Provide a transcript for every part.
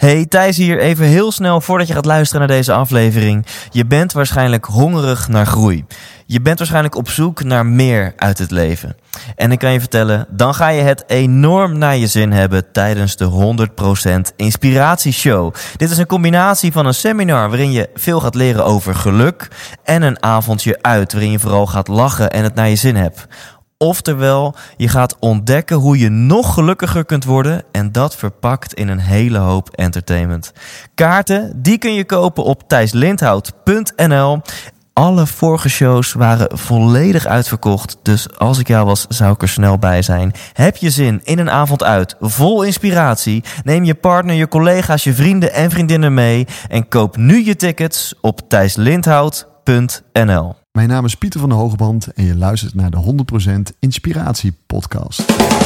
Hey, Thijs hier. Even heel snel voordat je gaat luisteren naar deze aflevering. Je bent waarschijnlijk hongerig naar groei. Je bent waarschijnlijk op zoek naar meer uit het leven. En ik kan je vertellen, dan ga je het enorm naar je zin hebben tijdens de 100% Inspiratieshow. Dit is een combinatie van een seminar waarin je veel gaat leren over geluk en een avondje uit waarin je vooral gaat lachen en het naar je zin hebt. Oftewel, je gaat ontdekken hoe je nog gelukkiger kunt worden en dat verpakt in een hele hoop entertainment. Kaarten, die kun je kopen op thijslindhout.nl. Alle vorige shows waren volledig uitverkocht, dus als ik jou was, zou ik er snel bij zijn. Heb je zin in een avond uit, vol inspiratie? Neem je partner, je collega's, je vrienden en vriendinnen mee en koop nu je tickets op thijslindhout.nl. Mijn naam is Pieter van de Hogeband en je luistert naar de 100% Inspiratie podcast.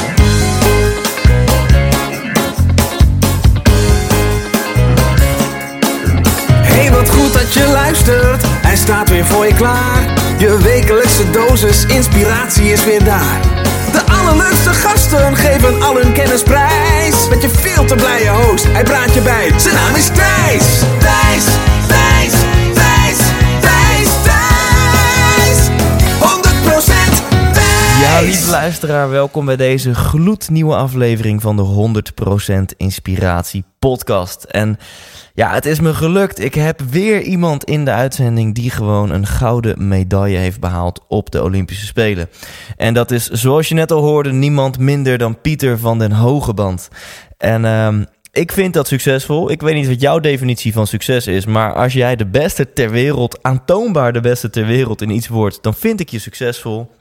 Hey, wat goed dat je luistert. Hij staat weer voor je klaar. Je wekelijkse dosis inspiratie is weer daar. De allerleukste gasten geven al hun kennis prijs. Met je veel te blije host, hij praat je bij. Zijn naam is Thijs. Thijs, Thijs, Thijs, Thijs, Thijs. 100% Thijs. Ja, lieve luisteraar, welkom bij deze gloednieuwe aflevering van de 100% Inspiratie podcast. En ja, het is me gelukt. Ik heb weer iemand in de uitzending die gewoon een gouden medaille heeft behaald op de Olympische Spelen. En dat is, zoals je net al hoorde, niemand minder dan Pieter van den Hogeband. En ik vind dat succesvol. Ik weet niet wat jouw definitie van succes is, maar als jij de beste ter wereld, aantoonbaar de beste ter wereld in iets wordt, dan vind ik je succesvol.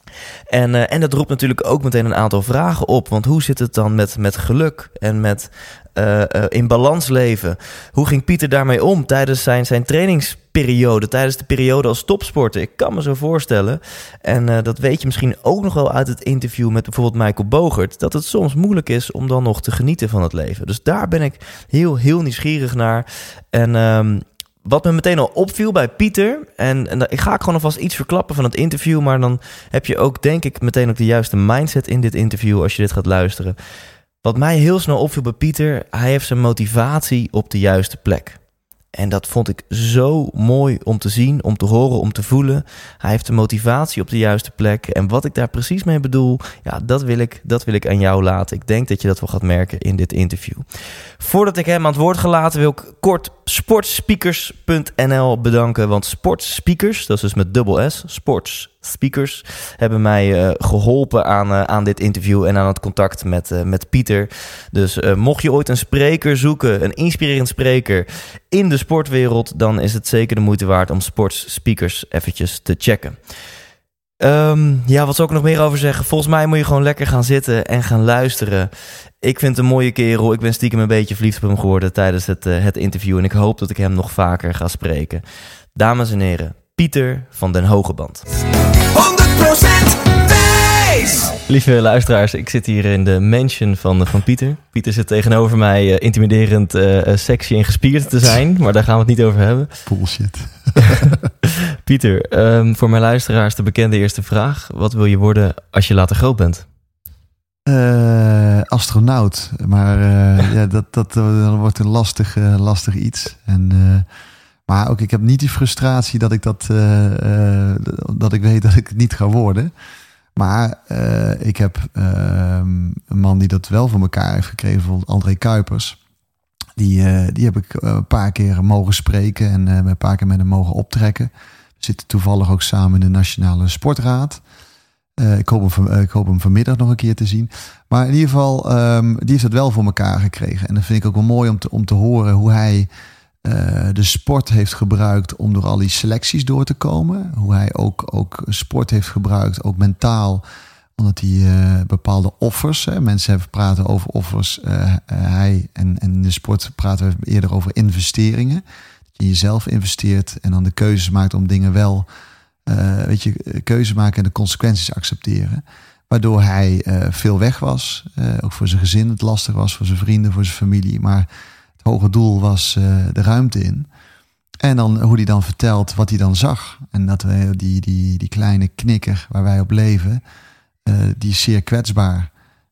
En dat roept natuurlijk ook meteen een aantal vragen op. Want hoe zit het dan met geluk en met in balans leven? Hoe ging Pieter daarmee om tijdens zijn trainingsperiode, tijdens de periode als topsporter? Ik kan me zo voorstellen, en dat weet je misschien ook nog wel uit het interview met bijvoorbeeld Michael Bogert, dat het soms moeilijk is om dan nog te genieten van het leven. Dus daar ben ik heel nieuwsgierig naar. En wat me meteen al opviel bij Pieter, en ik ga gewoon alvast iets verklappen van het interview, maar dan heb je ook, denk ik, meteen ook de juiste mindset in dit interview als je dit gaat luisteren. Wat mij heel snel opviel bij Pieter, hij heeft zijn motivatie op de juiste plek. En dat vond ik zo mooi om te zien, om te horen, om te voelen. Hij heeft de motivatie op de juiste plek. En wat ik daar precies mee bedoel, ja, dat wil ik aan jou laten. Ik denk dat je dat wel gaat merken in dit interview. Voordat ik hem aan het woord ga laten, wil ik kort sportspeakers.nl bedanken. Want Sportspeakers, dat is dus met dubbel S, Sportspeakers, hebben mij geholpen aan dit interview en aan het contact met Pieter. Dus mocht je ooit een spreker zoeken, een inspirerend spreker in de sportwereld, dan is het zeker de moeite waard om Sportspeakers eventjes te checken. Ja, wat zal ik er nog meer over zeggen? Volgens mij moet je gewoon lekker gaan zitten en gaan luisteren. Ik vind het een mooie kerel. Ik ben stiekem een beetje verliefd op hem geworden tijdens het interview. En ik hoop dat ik hem nog vaker ga spreken. Dames en heren, Pieter van den Hogeband. 100% Thijs. Lieve luisteraars, ik zit hier in de mansion van Pieter. Pieter zit tegenover mij intimiderend sexy en gespierd te zijn. Maar daar gaan we het niet over hebben. Bullshit. Pieter, voor mijn luisteraars de bekende eerste vraag. Wat wil je worden als je later groot bent? Astronaut. Maar ja, dat wordt een lastig iets. Maar ook ik heb niet die frustratie dat ik dat ik weet dat ik het niet ga worden. Maar ik heb een man die dat wel voor elkaar heeft gekregen, bijvoorbeeld André Kuipers. Die heb ik een paar keer mogen spreken en een paar keer met hem mogen optrekken. We zitten toevallig ook samen in de Nationale Sportraad. Ik hoop hem vanmiddag nog een keer te zien. Maar in ieder geval, die heeft het wel voor elkaar gekregen. En dat vind ik ook wel mooi om te horen hoe hij de sport heeft gebruikt om door al die selecties door te komen. Hoe hij ook sport heeft gebruikt, ook mentaal, omdat hij bepaalde offers, mensen praten over offers, hij en in de sport praten we eerder over investeringen. Dat je jezelf investeert en dan de keuzes maakt om dingen wel, keuze maken en de consequenties accepteren. Waardoor hij veel weg was, ook voor zijn gezin het lastig was, voor zijn vrienden, voor zijn familie. Maar het hoge doel was de ruimte in. En dan hoe hij dan vertelt wat hij dan zag. En dat we die kleine knikker waar wij op leven, die is zeer kwetsbaar.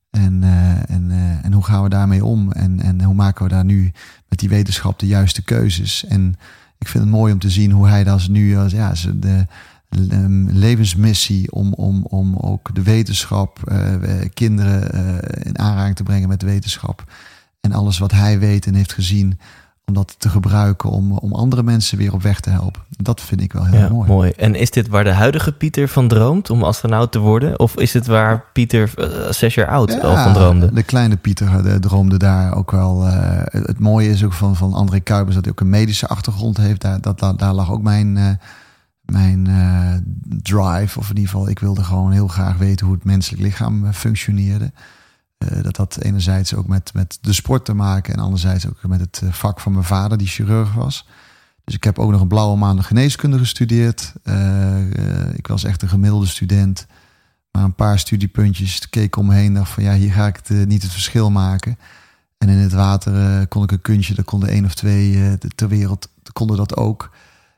En hoe gaan we daarmee om? En hoe maken we daar nu met die wetenschap de juiste keuzes? En ik vind het mooi om te zien hoe hij dat nu de levensmissie om ook de wetenschap, kinderen in aanraking te brengen met de wetenschap. En alles wat hij weet en heeft gezien, om dat te gebruiken om andere mensen weer op weg te helpen. Dat vind ik wel heel mooi. En is dit waar de huidige Pieter van droomt om astronaut te worden? Of is het waar Pieter 6 jaar oud al van droomde? De kleine Pieter droomde daar ook wel. Het mooie is ook van André Kuipers dat hij ook een medische achtergrond heeft. Daar lag ook mijn drive. Of in ieder geval, ik wilde gewoon heel graag weten hoe het menselijk lichaam functioneerde. Dat had enerzijds ook met de sport te maken en anderzijds ook met het vak van mijn vader, die chirurg was. Dus ik heb ook nog een blauwe maand geneeskunde gestudeerd. Ik was echt een gemiddelde student. Maar een paar studiepuntjes, keek om me heen, dacht van hier ga ik niet het verschil maken. En in het water kon ik een kunstje, daar konden 1 of 2 ter wereld konden dat ook.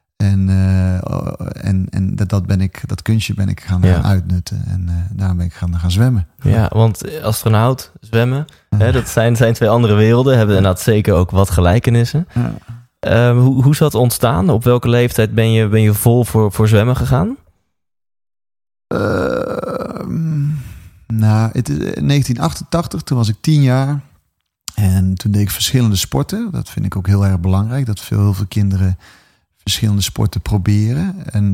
En dat kunstje ben ik gaan uitnutten. En daarom ben ik gaan zwemmen. Ja, want astronaut, zwemmen, dat zijn 2 andere werelden. Hebben inderdaad zeker ook wat gelijkenissen. Ja. Hoe is dat ontstaan? Op welke leeftijd ben je vol voor zwemmen gegaan? Het is 1988, toen was ik 10 jaar. En toen deed ik verschillende sporten. Dat vind ik ook heel erg belangrijk. Dat heel veel kinderen verschillende sporten proberen. En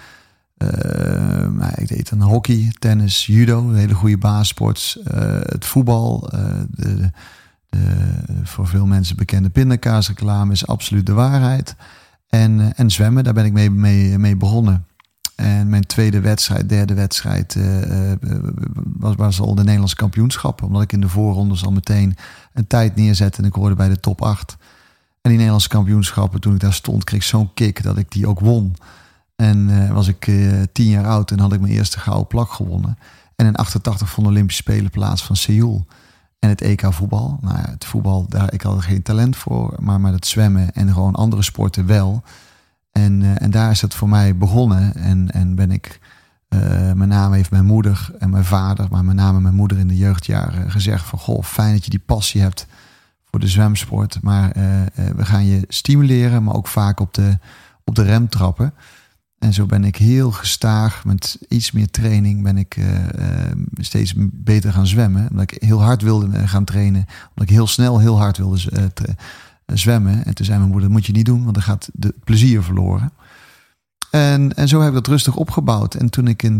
ik deed dan hockey, tennis, judo, een hele goede basissport. Het voetbal, de voor veel mensen bekende pindakaasreclame is absoluut de waarheid. En zwemmen, daar ben ik mee begonnen. En mijn derde wedstrijd was al de Nederlandse kampioenschap. Omdat ik in de voorrondes al meteen een tijd neerzette en ik hoorde bij de top 8. En die Nederlandse kampioenschappen, toen ik daar stond, kreeg ik zo'n kick dat ik die ook won. En was ik 10 jaar oud en had ik mijn eerste gouden plak gewonnen. En in 88 vond de Olympische Spelen plaats van Seoul. En het EK voetbal. Nou ja, het voetbal, ik had er geen talent voor. Maar het zwemmen en gewoon andere sporten wel. En daar is het voor mij begonnen. En ben ik, met name heeft mijn moeder en mijn vader, maar met name mijn moeder in de jeugdjaren gezegd van, goh, fijn dat je die passie hebt voor de zwemsport. Maar we gaan je stimuleren, maar ook vaak op de rem trappen. En zo ben ik heel gestaag, met iets meer training, ben ik steeds beter gaan zwemmen. Omdat ik heel hard wilde gaan trainen. Omdat ik heel snel heel hard wilde zwemmen. En toen zei mijn moeder, dat moet je niet doen, want dan gaat de plezier verloren. En zo heb ik dat rustig opgebouwd. En toen ik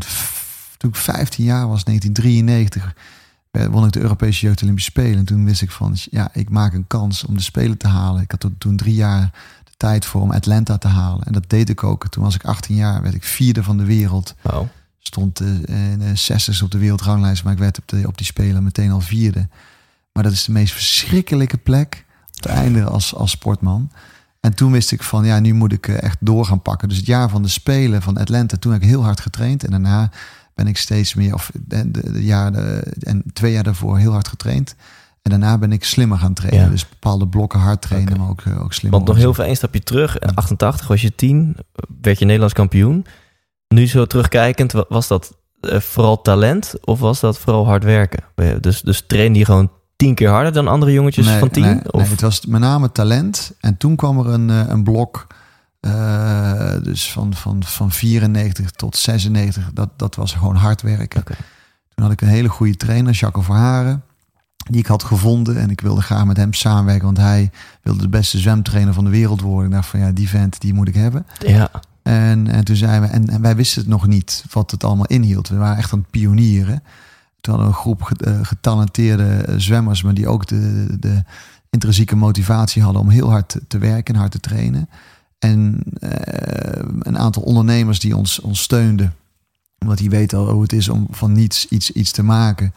15 jaar was, 1993, won ik de Europese Jeugd Olympische Spelen. En toen wist ik van, ik maak een kans om de Spelen te halen. Ik had toen 3 jaar de tijd voor om Atlanta te halen. En dat deed ik ook. Toen was ik 18 jaar, werd ik 4e van de wereld. Wow. Stond 60 op de wereldranglijst, maar ik werd op die Spelen meteen al 4e. Maar dat is de meest verschrikkelijke plek op het einde als sportman. En toen wist ik van, nu moet ik echt door gaan pakken. Dus het jaar van de Spelen van Atlanta, toen heb ik heel hard getraind. En daarna ben ik steeds meer, en 2 jaar daarvoor heel hard getraind. En daarna ben ik slimmer gaan trainen. Ja. Dus bepaalde blokken hard trainen, maar ook slimmer. Want nog heel veel, een stapje terug. In 88 was je 10, werd je Nederlands kampioen. Nu zo terugkijkend, was dat vooral talent of was dat vooral hard werken? Dus trainde je gewoon 10 keer harder dan andere jongetjes van 10? Nee, het was met name talent. En toen kwam er een blok, dus van 94 tot 96. Dat was gewoon hard werken. Okay. Toen had ik een hele goede trainer, Jacques Verharen, die ik had gevonden. En ik wilde graag met hem samenwerken, want hij wilde de beste zwemtrainer van de wereld worden. Ik dacht van, die vent, die moet ik hebben. Ja. En toen zijn we, en wij wisten het nog niet wat het allemaal inhield. We waren echt aan het pionieren. Toen hadden we een groep getalenteerde zwemmers, maar die ook de intrinsieke motivatie hadden om heel hard te werken en hard te trainen. En een aantal ondernemers die ons steunden, omdat die weten al hoe het is om van niets iets te maken.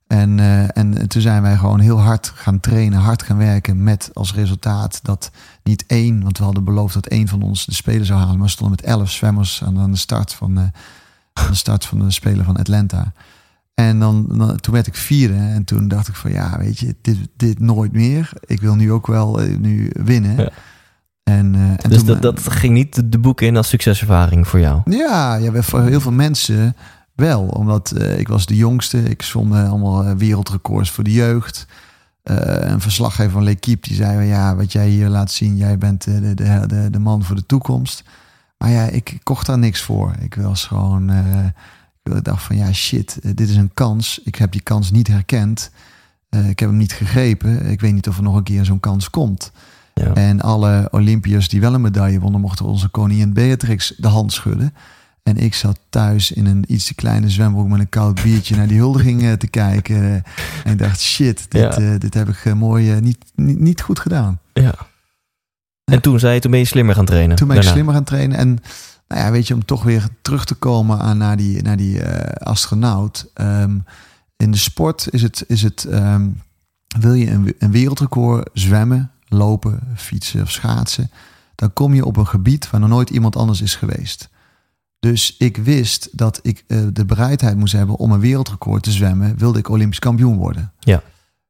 En toen zijn wij gewoon heel hard gaan trainen, hard gaan werken, met als resultaat dat niet 1, want we hadden beloofd dat 1 van ons de Spelen zou halen, maar we stonden met 11 zwemmers aan de start van de Spelen van Atlanta. En toen werd ik 4e en toen dacht ik van, weet je, dit nooit meer. Ik wil nu ook wel nu winnen. Ja. En dus toen, dat ging niet de boeken in als succeservaring voor jou? Ja, voor heel veel mensen Wel, omdat ik was de jongste. Ik zwom allemaal wereldrecords voor de jeugd. Een verslaggever van L'Équipe die zei... ja, wat jij hier laat zien, jij bent de man voor de toekomst. Maar ja, ik kocht daar niks voor. Ik was gewoon... ik dacht van ja, shit, dit is een kans. Ik heb die kans niet herkend. Ik heb hem niet gegrepen. Ik weet niet of er nog een keer zo'n kans komt. Ja. En alle Olympiërs die wel een medaille wonnen... mochten onze koningin Beatrix de hand schudden. En ik zat thuis in een iets te kleine zwembroek... met een koud biertje naar die huldiging te kijken. En ik dacht, shit, dit heb ik mooi niet goed gedaan. Ja. En toen ben je slimmer gaan trainen? Toen ben ik slimmer gaan trainen. En nou ja, weet je, om toch weer terug te komen naar die astronaut. In de sport is het wil je een wereldrecord zwemmen, lopen, fietsen of schaatsen... dan kom je op een gebied waar nog nooit iemand anders is geweest. Dus ik wist dat ik de bereidheid moest hebben om een wereldrecord te zwemmen... wilde ik Olympisch kampioen worden. Ja.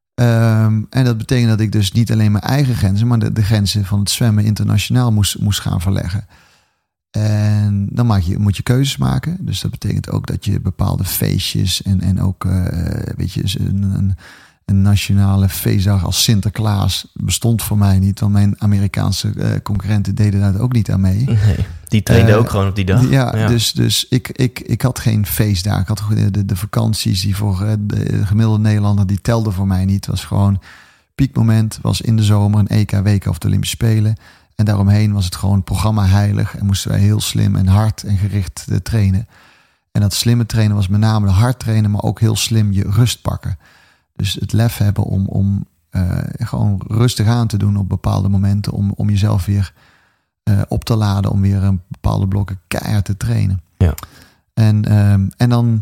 En dat betekent dat ik dus niet alleen mijn eigen grenzen... maar de grenzen van het zwemmen internationaal moest gaan verleggen. En dan moet je keuzes maken. Dus dat betekent ook dat je bepaalde feestjes... en ook weet je, een nationale feestdag als Sinterklaas bestond voor mij niet. Want mijn Amerikaanse concurrenten deden daar ook niet aan mee. Nee, die trainden ook gewoon op die dag. Ja. Dus ik had geen feestdag. Ik had de vakanties die voor de gemiddelde Nederlander... die telden voor mij niet. Het was gewoon piekmoment. Was in de zomer een EK, WK of de Olympische Spelen. En daaromheen was het gewoon programma heilig. En moesten wij heel slim en hard en gericht trainen. En dat slimme trainen was met name de hard trainen... maar ook heel slim je rust pakken. Dus het lef hebben om gewoon rustig aan te doen op bepaalde momenten... om jezelf weer op te laden... om weer een bepaalde blokken keihard te trainen. Ja. En dan...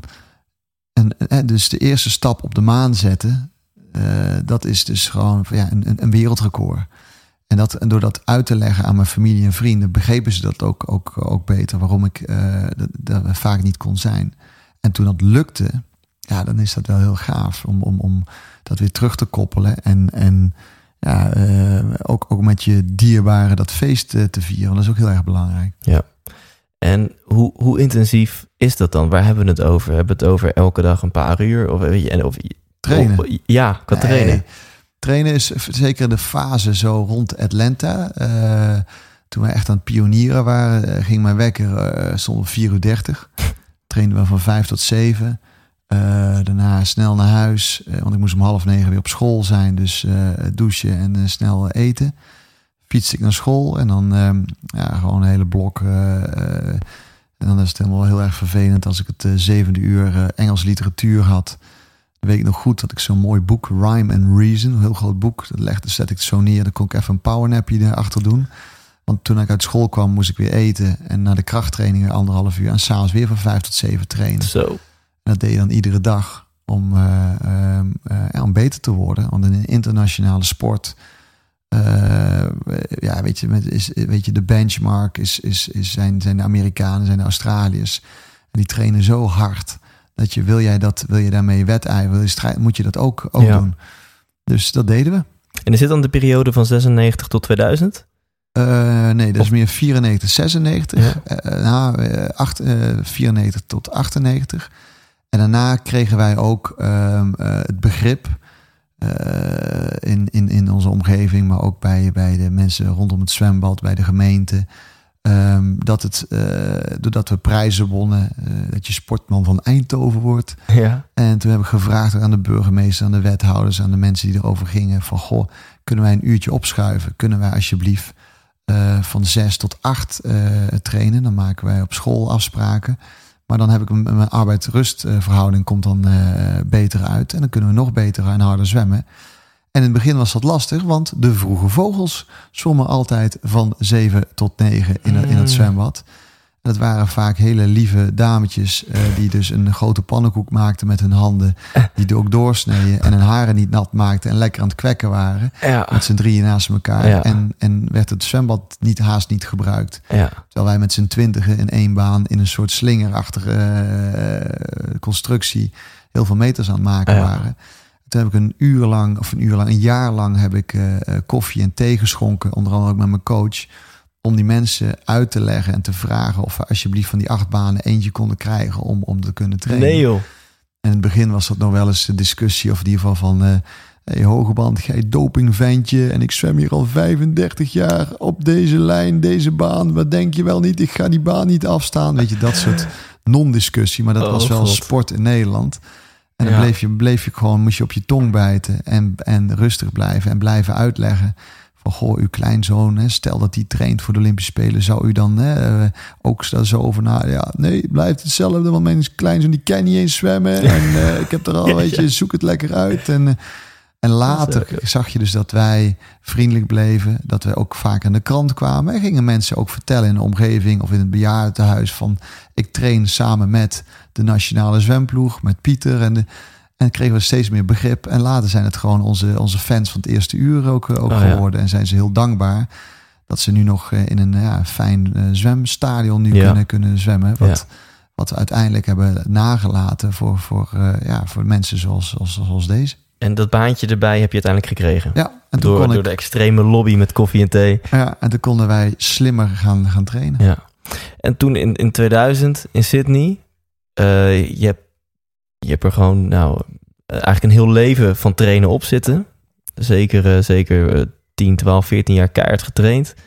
dus de eerste stap op de maan zetten... dat is dus gewoon een wereldrecord. En door dat uit te leggen aan mijn familie en vrienden... begrepen ze dat ook beter... waarom ik dat vaak niet kon zijn. En toen dat lukte... ja, dan is dat wel heel gaaf om dat weer terug te koppelen. En ook met je dierbaren dat feest te vieren. Dat is ook heel erg belangrijk. Ja. En hoe intensief is dat dan? Waar hebben we het over? Hebben we het over elke dag een paar uur? Of trainen? Qua trainen. Trainen is zeker de fase zo rond Atlanta. Toen we echt aan het pionieren waren, ging mijn wekker stond 4:30. Trainden we van 5 tot 7. Daarna snel naar huis, want ik moest om 8:30 weer op school zijn. Dus douchen en snel eten. Fietste ik naar school en dan gewoon een hele blok. En dan is het helemaal heel erg vervelend als ik het 7e uur Engels literatuur had. Dan weet ik nog goed dat ik zo'n mooi boek, Rhyme and Reason, een heel groot boek. Dat zet ik zo neer, dan kon ik even een powernapje erachter doen. Want toen ik uit school kwam, moest ik weer eten. En na de krachttrainingen 1,5 uur. En s'avonds weer van 5 tot 7 trainen. Zo. En dat deed je dan iedere dag om beter te worden. Want in een internationale sport... weet je, de benchmark zijn de Amerikanen, zijn de Australiërs. En die trainen zo hard... dat wil je daarmee wedijveren, moet je dat ook doen. Dus dat deden we. En is dit dan de periode van 96 tot 2000? Nee, dat is meer 94, 96. Ja. 94 tot 98. En daarna kregen wij ook het begrip in onze omgeving, maar ook bij de mensen rondom het zwembad, bij de gemeente, doordat we prijzen wonnen, dat je sportman van Eindhoven wordt. Ja. En toen heb ik gevraagd aan de burgemeester, aan de wethouders, aan de mensen die erover gingen, van goh, kunnen wij een uurtje opschuiven? Kunnen wij alsjeblieft van 6 tot 8 trainen? Dan maken wij op school afspraken. Maar dan heb ik mijn arbeid-rustverhouding komt dan beter uit. En dan kunnen we nog beter en harder zwemmen. En in het begin was dat lastig, want de vroege vogels zwommen altijd van 7 tot 9 in het zwembad. En dat waren vaak hele lieve dametjes die dus een grote pannenkoek maakten met hun handen. Die er ook doorsneden en hun haren niet nat maakten en lekker aan het kwekken waren. Ja. Met z'n drieën naast elkaar. Ja. En werd het zwembad haast niet gebruikt. Ja. Terwijl wij met z'n 20 in één baan in een soort slingerachtige constructie heel veel meters aan het maken waren. Toen heb ik een jaar lang heb ik koffie en thee geschonken. Onder andere ook met mijn coach. om die mensen uit te leggen en te vragen of we alsjeblieft van die 8 banen eentje konden krijgen om te kunnen trainen. Nee joh. En in het begin was dat nog wel eens een discussie, of in ieder geval van hey, Hogeband, jij dopingventje en ik zwem hier al 35 jaar op deze lijn, deze baan. Wat denk je wel niet? Ik ga die baan niet afstaan. Weet je, dat soort non-discussie. Maar dat was wel God. sport in Nederland. En dan bleef je gewoon, moest je op je tong bijten en rustig blijven en blijven uitleggen. Van, goh, uw kleinzoon, hè, stel dat die traint voor de Olympische Spelen, zou u dan ook daar zo over na? Ja, nee, het blijft hetzelfde, want mijn kleinzoon die kan niet eens zwemmen. En ik heb er al, weet je, zoek het lekker uit. En later zag je dus dat wij vriendelijk bleven, dat we ook vaak aan de krant kwamen. En gingen mensen ook vertellen in de omgeving of in het bejaardentehuis van, ik train samen met de nationale zwemploeg, met Pieter. En kregen we steeds meer begrip. En later zijn het gewoon onze fans van het eerste uur ook geworden. En zijn ze heel dankbaar dat ze nu nog in een fijn zwemstadion kunnen zwemmen. Wat we uiteindelijk hebben nagelaten voor mensen zoals deze. En dat baantje erbij heb je uiteindelijk gekregen? Ja. En toen door de extreme lobby met koffie en thee? Ja, en toen konden wij slimmer gaan trainen. Ja. En toen in 2000 in Sydney, je hebt er gewoon eigenlijk een heel leven van trainen op zitten. Zeker 10, 12, 14 jaar keihard getraind.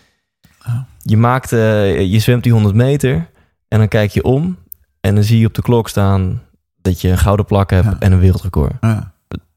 Je zwemt die 100 meter en dan kijk je om en dan zie je op de klok staan dat je een gouden plak hebt en een wereldrecord. Ja.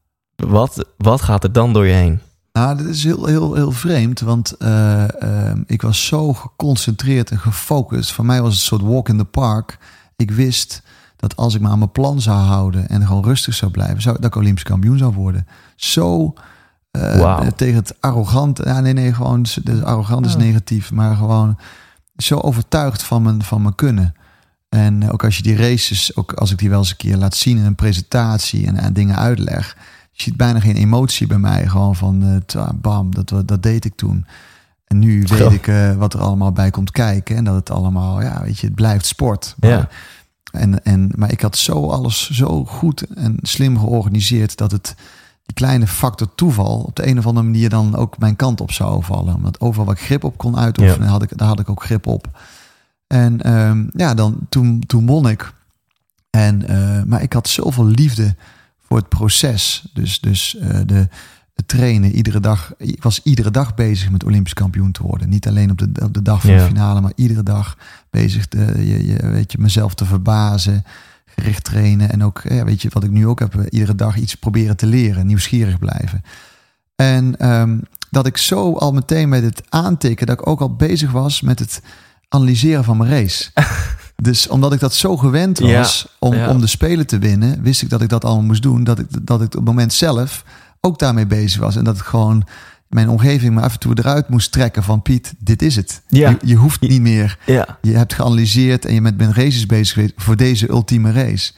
Wat gaat er dan door je heen? Nou, dat is heel, heel, heel vreemd, want ik was zo geconcentreerd en gefocust. Voor mij was het een soort walk in the park. Ik wist dat als ik me aan mijn plan zou houden en gewoon rustig zou blijven, dat ik Olympisch kampioen zou worden. Zo tegen het arrogant. Ja, nee, gewoon arrogant is negatief, maar gewoon zo overtuigd van mijn kunnen. En ook als je die races, ook als ik die wel eens een keer laat zien in een presentatie en dingen uitleg, je ziet bijna geen emotie bij mij. Gewoon van bam, dat deed ik toen. En nu weet ik wat er allemaal bij komt kijken. En dat het allemaal, het blijft sport. Maar, maar ik had alles zo goed en slim georganiseerd dat het die kleine factor toeval op de een of andere manier dan ook mijn kant op zou vallen. Omdat overal waar ik grip op kon uitoefenen, daar had ik ook grip op. En toen won ik. Maar ik had zoveel liefde voor het proces. Dus het trainen iedere dag. Ik was iedere dag bezig met Olympisch kampioen te worden. Niet alleen op de dag van de finale, maar iedere dag bezig mezelf te verbazen, gericht trainen. En ook, wat ik nu ook heb, iedere dag iets proberen te leren, nieuwsgierig blijven. En dat ik zo al meteen met het aantikken, dat ik ook al bezig was met het analyseren van mijn race. Dus omdat ik dat zo gewend was om de Spelen te winnen, wist ik dat ik dat allemaal moest doen. Dat ik op het moment zelf ook daarmee bezig was. En dat ik gewoon mijn omgeving me af en toe eruit moest trekken van Piet, dit is het. Ja. Je hoeft niet meer. Ja. Je hebt geanalyseerd en je bent races bezig geweest voor deze ultieme race.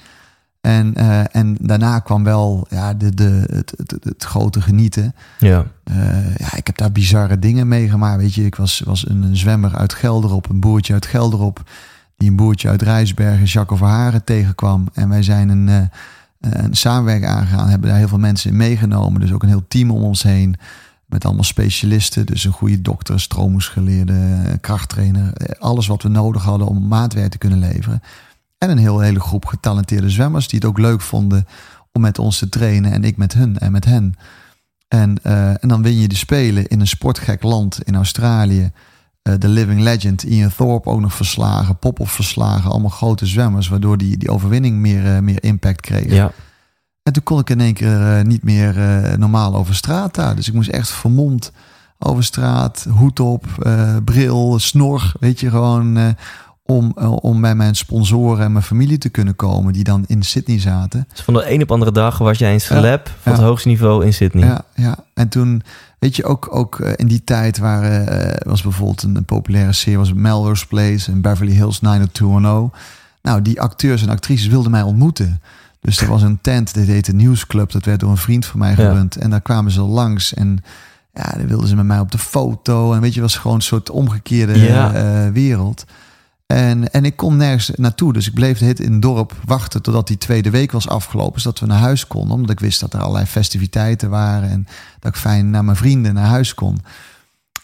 En daarna kwam wel het grote genieten. Ja. Ik heb daar bizarre dingen meegemaakt. Weet je, ik was een zwemmer uit Gelderop, een boertje uit Gelderop, die een boertje uit Rijsbergen, Jacques Verharen, tegenkwam. En wij zijn een samenwerking aangegaan, hebben daar heel veel mensen in meegenomen. Dus ook een heel team om ons heen, met allemaal specialisten. Dus een goede dokter, stroomhoesgeleerde, krachttrainer. Alles wat we nodig hadden om maatwerk te kunnen leveren. En een hele groep getalenteerde zwemmers die het ook leuk vonden om met ons te trainen. En ik met hun en met hen. En dan win je de Spelen in een sportgek land in Australië. De living legend Ian Thorpe ook nog verslagen. Popov verslagen. Allemaal grote zwemmers. Waardoor die overwinning meer impact kreeg. Ja. En toen kon ik in één keer niet meer normaal over straat daar. Dus ik moest echt vermomd over straat. Hoed op, bril, snor. Weet je, gewoon om bij mijn sponsoren en mijn familie te kunnen komen. Die dan in Sydney zaten. Dus van de een op andere dag was jij een celeb van het hoogste niveau in Sydney. Ja. En toen, weet je, ook in die tijd was bijvoorbeeld een populaire serie, was Melrose Place en Beverly Hills 90210. Nou, die acteurs en actrices wilden mij ontmoeten. Dus er was een tent, dit heette Nieuwsclub. Dat werd door een vriend van mij gerund. Ja. En daar kwamen ze langs en dan wilden ze met mij op de foto. En weet je, was gewoon een soort omgekeerde wereld. En ik kon nergens naartoe. Dus ik bleef in het dorp wachten totdat die tweede week was afgelopen. Zodat we naar huis konden. Omdat ik wist dat er allerlei festiviteiten waren. En dat ik fijn naar mijn vrienden naar huis kon.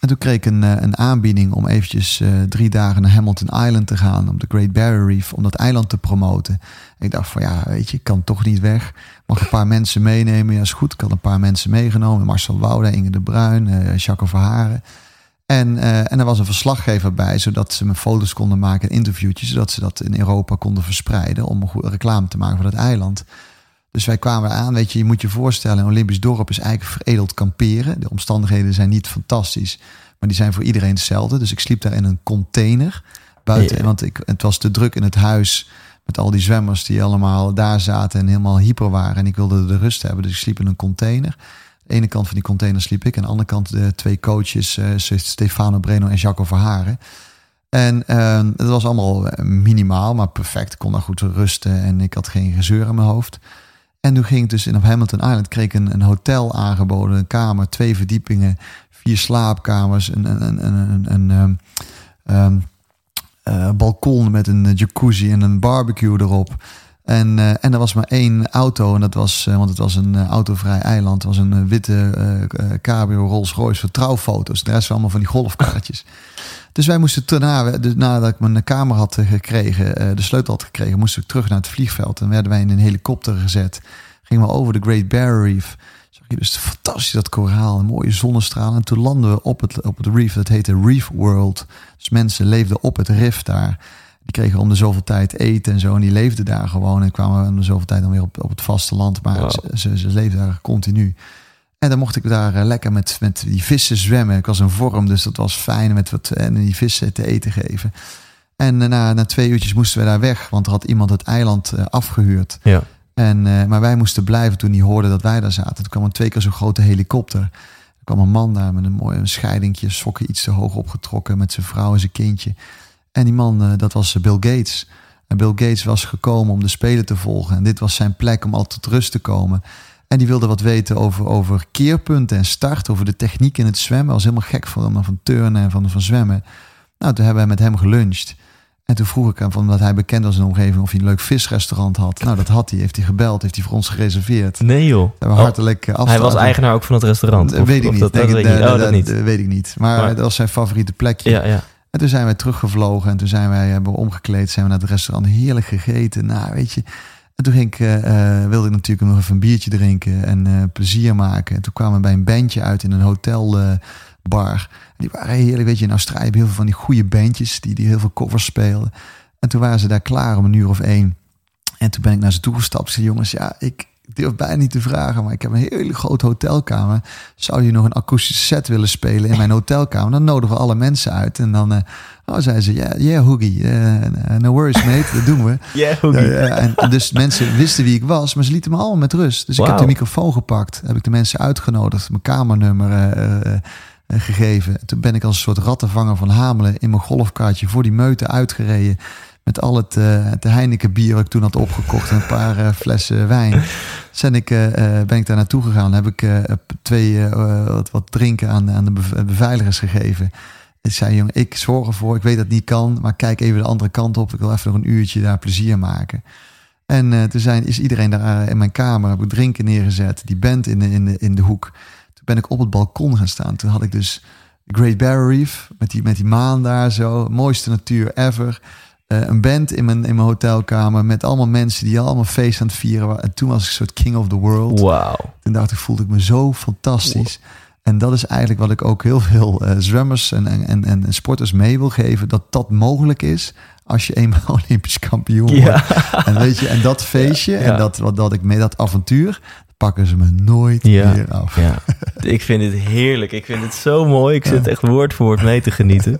En toen kreeg ik een aanbieding om eventjes 3 dagen naar Hamilton Island te gaan, op de Great Barrier Reef, om dat eiland te promoten. En ik dacht van ja, weet je, ik kan toch niet weg. Mag een paar mensen meenemen? Ja, is goed. Ik had een paar mensen meegenomen. Marcel Wouda, Inge de Bruin, Jacco Verharen. En er was een verslaggever bij, zodat ze me foto's konden maken en interviewtjes, zodat ze dat in Europa konden verspreiden om een goede reclame te maken voor dat eiland. Dus wij kwamen aan, weet je, je moet je voorstellen, een Olympisch dorp is eigenlijk veredeld kamperen. De omstandigheden zijn niet fantastisch, maar die zijn voor iedereen hetzelfde. Dus ik sliep daar in een container buiten, want het was te druk in het huis met al die zwemmers die allemaal daar zaten en helemaal hyper waren. En ik wilde de rust hebben, dus ik sliep in een container. De ene kant van die container sliep ik, aan de andere kant de 2 coaches, Stefano Breno en Jacco Verharen. En het was allemaal minimaal, maar perfect. Ik kon daar goed rusten en ik had geen gezeur in mijn hoofd. En toen ging ik dus op Hamilton Island, kreeg ik een hotel aangeboden, een kamer, 2 verdiepingen, 4 slaapkamers, een balkon met een jacuzzi en een barbecue erop. En er was maar 1 auto, en dat was, want het was een autovrij eiland, het was een witte cabrio Rolls Royce voor trouwfoto's. De rest waren allemaal van die golfkarretjes. Dus wij moesten nadat ik mijn kamer had gekregen, de sleutel had gekregen, moesten we terug naar het vliegveld. En werden wij in een helikopter gezet. Gingen we over de Great Barrier Reef. Zag je dus fantastisch dat koraal, een mooie zonnestralen. En toen landden we op het reef, dat heette Reef World. Dus mensen leefden op het rif daar. Die kregen om de zoveel tijd eten en zo. En die leefden daar gewoon. En kwamen om de zoveel tijd dan weer op het vasteland. Maar wow. ze leefden daar continu. En dan mocht ik daar lekker met die vissen zwemmen. Ik was in vorm, dus dat was fijn. En die vissen te eten geven. En na 2 uurtjes moesten we daar weg. Want er had iemand het eiland afgehuurd. Ja. Maar wij moesten blijven toen die hoorden dat wij daar zaten. Toen kwam een 2 keer zo'n grote helikopter. Er kwam een man daar met een mooi scheidingje. Sokken iets te hoog opgetrokken met zijn vrouw en zijn kindje. En die man, dat was Bill Gates. En Bill Gates was gekomen om de Spelen te volgen. En dit was zijn plek om altijd tot rust te komen. En die wilde wat weten over keerpunten en start. Over de techniek in het zwemmen. Hij was helemaal gek van turnen en van zwemmen. Nou, toen hebben we met hem geluncht. En toen vroeg ik hem, omdat hij bekend was in de omgeving, of hij een leuk visrestaurant had. Nou, dat had hij. Heeft hij gebeld. Heeft hij voor ons gereserveerd. Nee joh. We hebben hartelijk afstand. Hij was eigenaar ook van het restaurant? Weet ik niet. Dat weet ik niet. Maar dat was zijn favoriete plekje. Ja. En toen zijn wij teruggevlogen. En toen hebben we omgekleed. Zijn we naar het restaurant. Heerlijk gegeten. Nou, weet je. En toen wilde ik natuurlijk nog even een biertje drinken. En plezier maken. En toen kwamen we bij een bandje uit in een hotelbar. Die waren heerlijk. Weet je, in Australië heb je heel veel van die goede bandjes. Die heel veel covers speelden. En toen waren ze daar klaar om 1:00 of 1. En toen ben ik naar ze toegestapt. Ik zei, jongens, ja, ik durf bijna niet te vragen, maar ik heb een hele grote hotelkamer. Zou je nog een akoestische set willen spelen in mijn hotelkamer? Dan nodigen we alle mensen uit. En dan zeiden ze, yeah, Hoogie. No worries, mate, dat doen we. Yeah, Hoogie. En dus mensen wisten wie ik was, maar ze lieten me allemaal met rust. Dus ik heb de microfoon gepakt, heb ik de mensen uitgenodigd, mijn kamernummer gegeven. En toen ben ik als een soort rattenvanger van Hamelen in mijn golfkaartje voor die meute uitgereden. Met al het Heineken bier wat ik toen had opgekocht en een paar flessen wijn. Ben ik daar naartoe gegaan. Heb ik 2 wat drinken aan de beveiligers gegeven. Ik zei, jongen, ik zorg ervoor. Ik weet dat het niet kan, maar kijk even de andere kant op. Ik wil even nog een uurtje daar plezier maken. En toen is iedereen daar in mijn kamer. Heb ik drinken neergezet. Die band in de hoek. Toen ben ik op het balkon gaan staan. Toen had ik dus de Great Barrier Reef met die maan daar zo. Mooiste natuur ever. Een band in mijn hotelkamer met allemaal mensen die allemaal feest aan het vieren waren. En toen was ik een soort king of the world. Wow. Toen voelde ik me zo fantastisch. Wow. En dat is eigenlijk wat ik ook heel veel zwemmers en sporters mee wil geven. Dat mogelijk is als je eenmaal Olympisch kampioen wordt. Ja. En weet je, en dat feestje en dat avontuur, pakken ze me nooit meer af. Ja. Ik vind het heerlijk. Ik vind het zo mooi. Ik zit echt woord voor woord mee te genieten.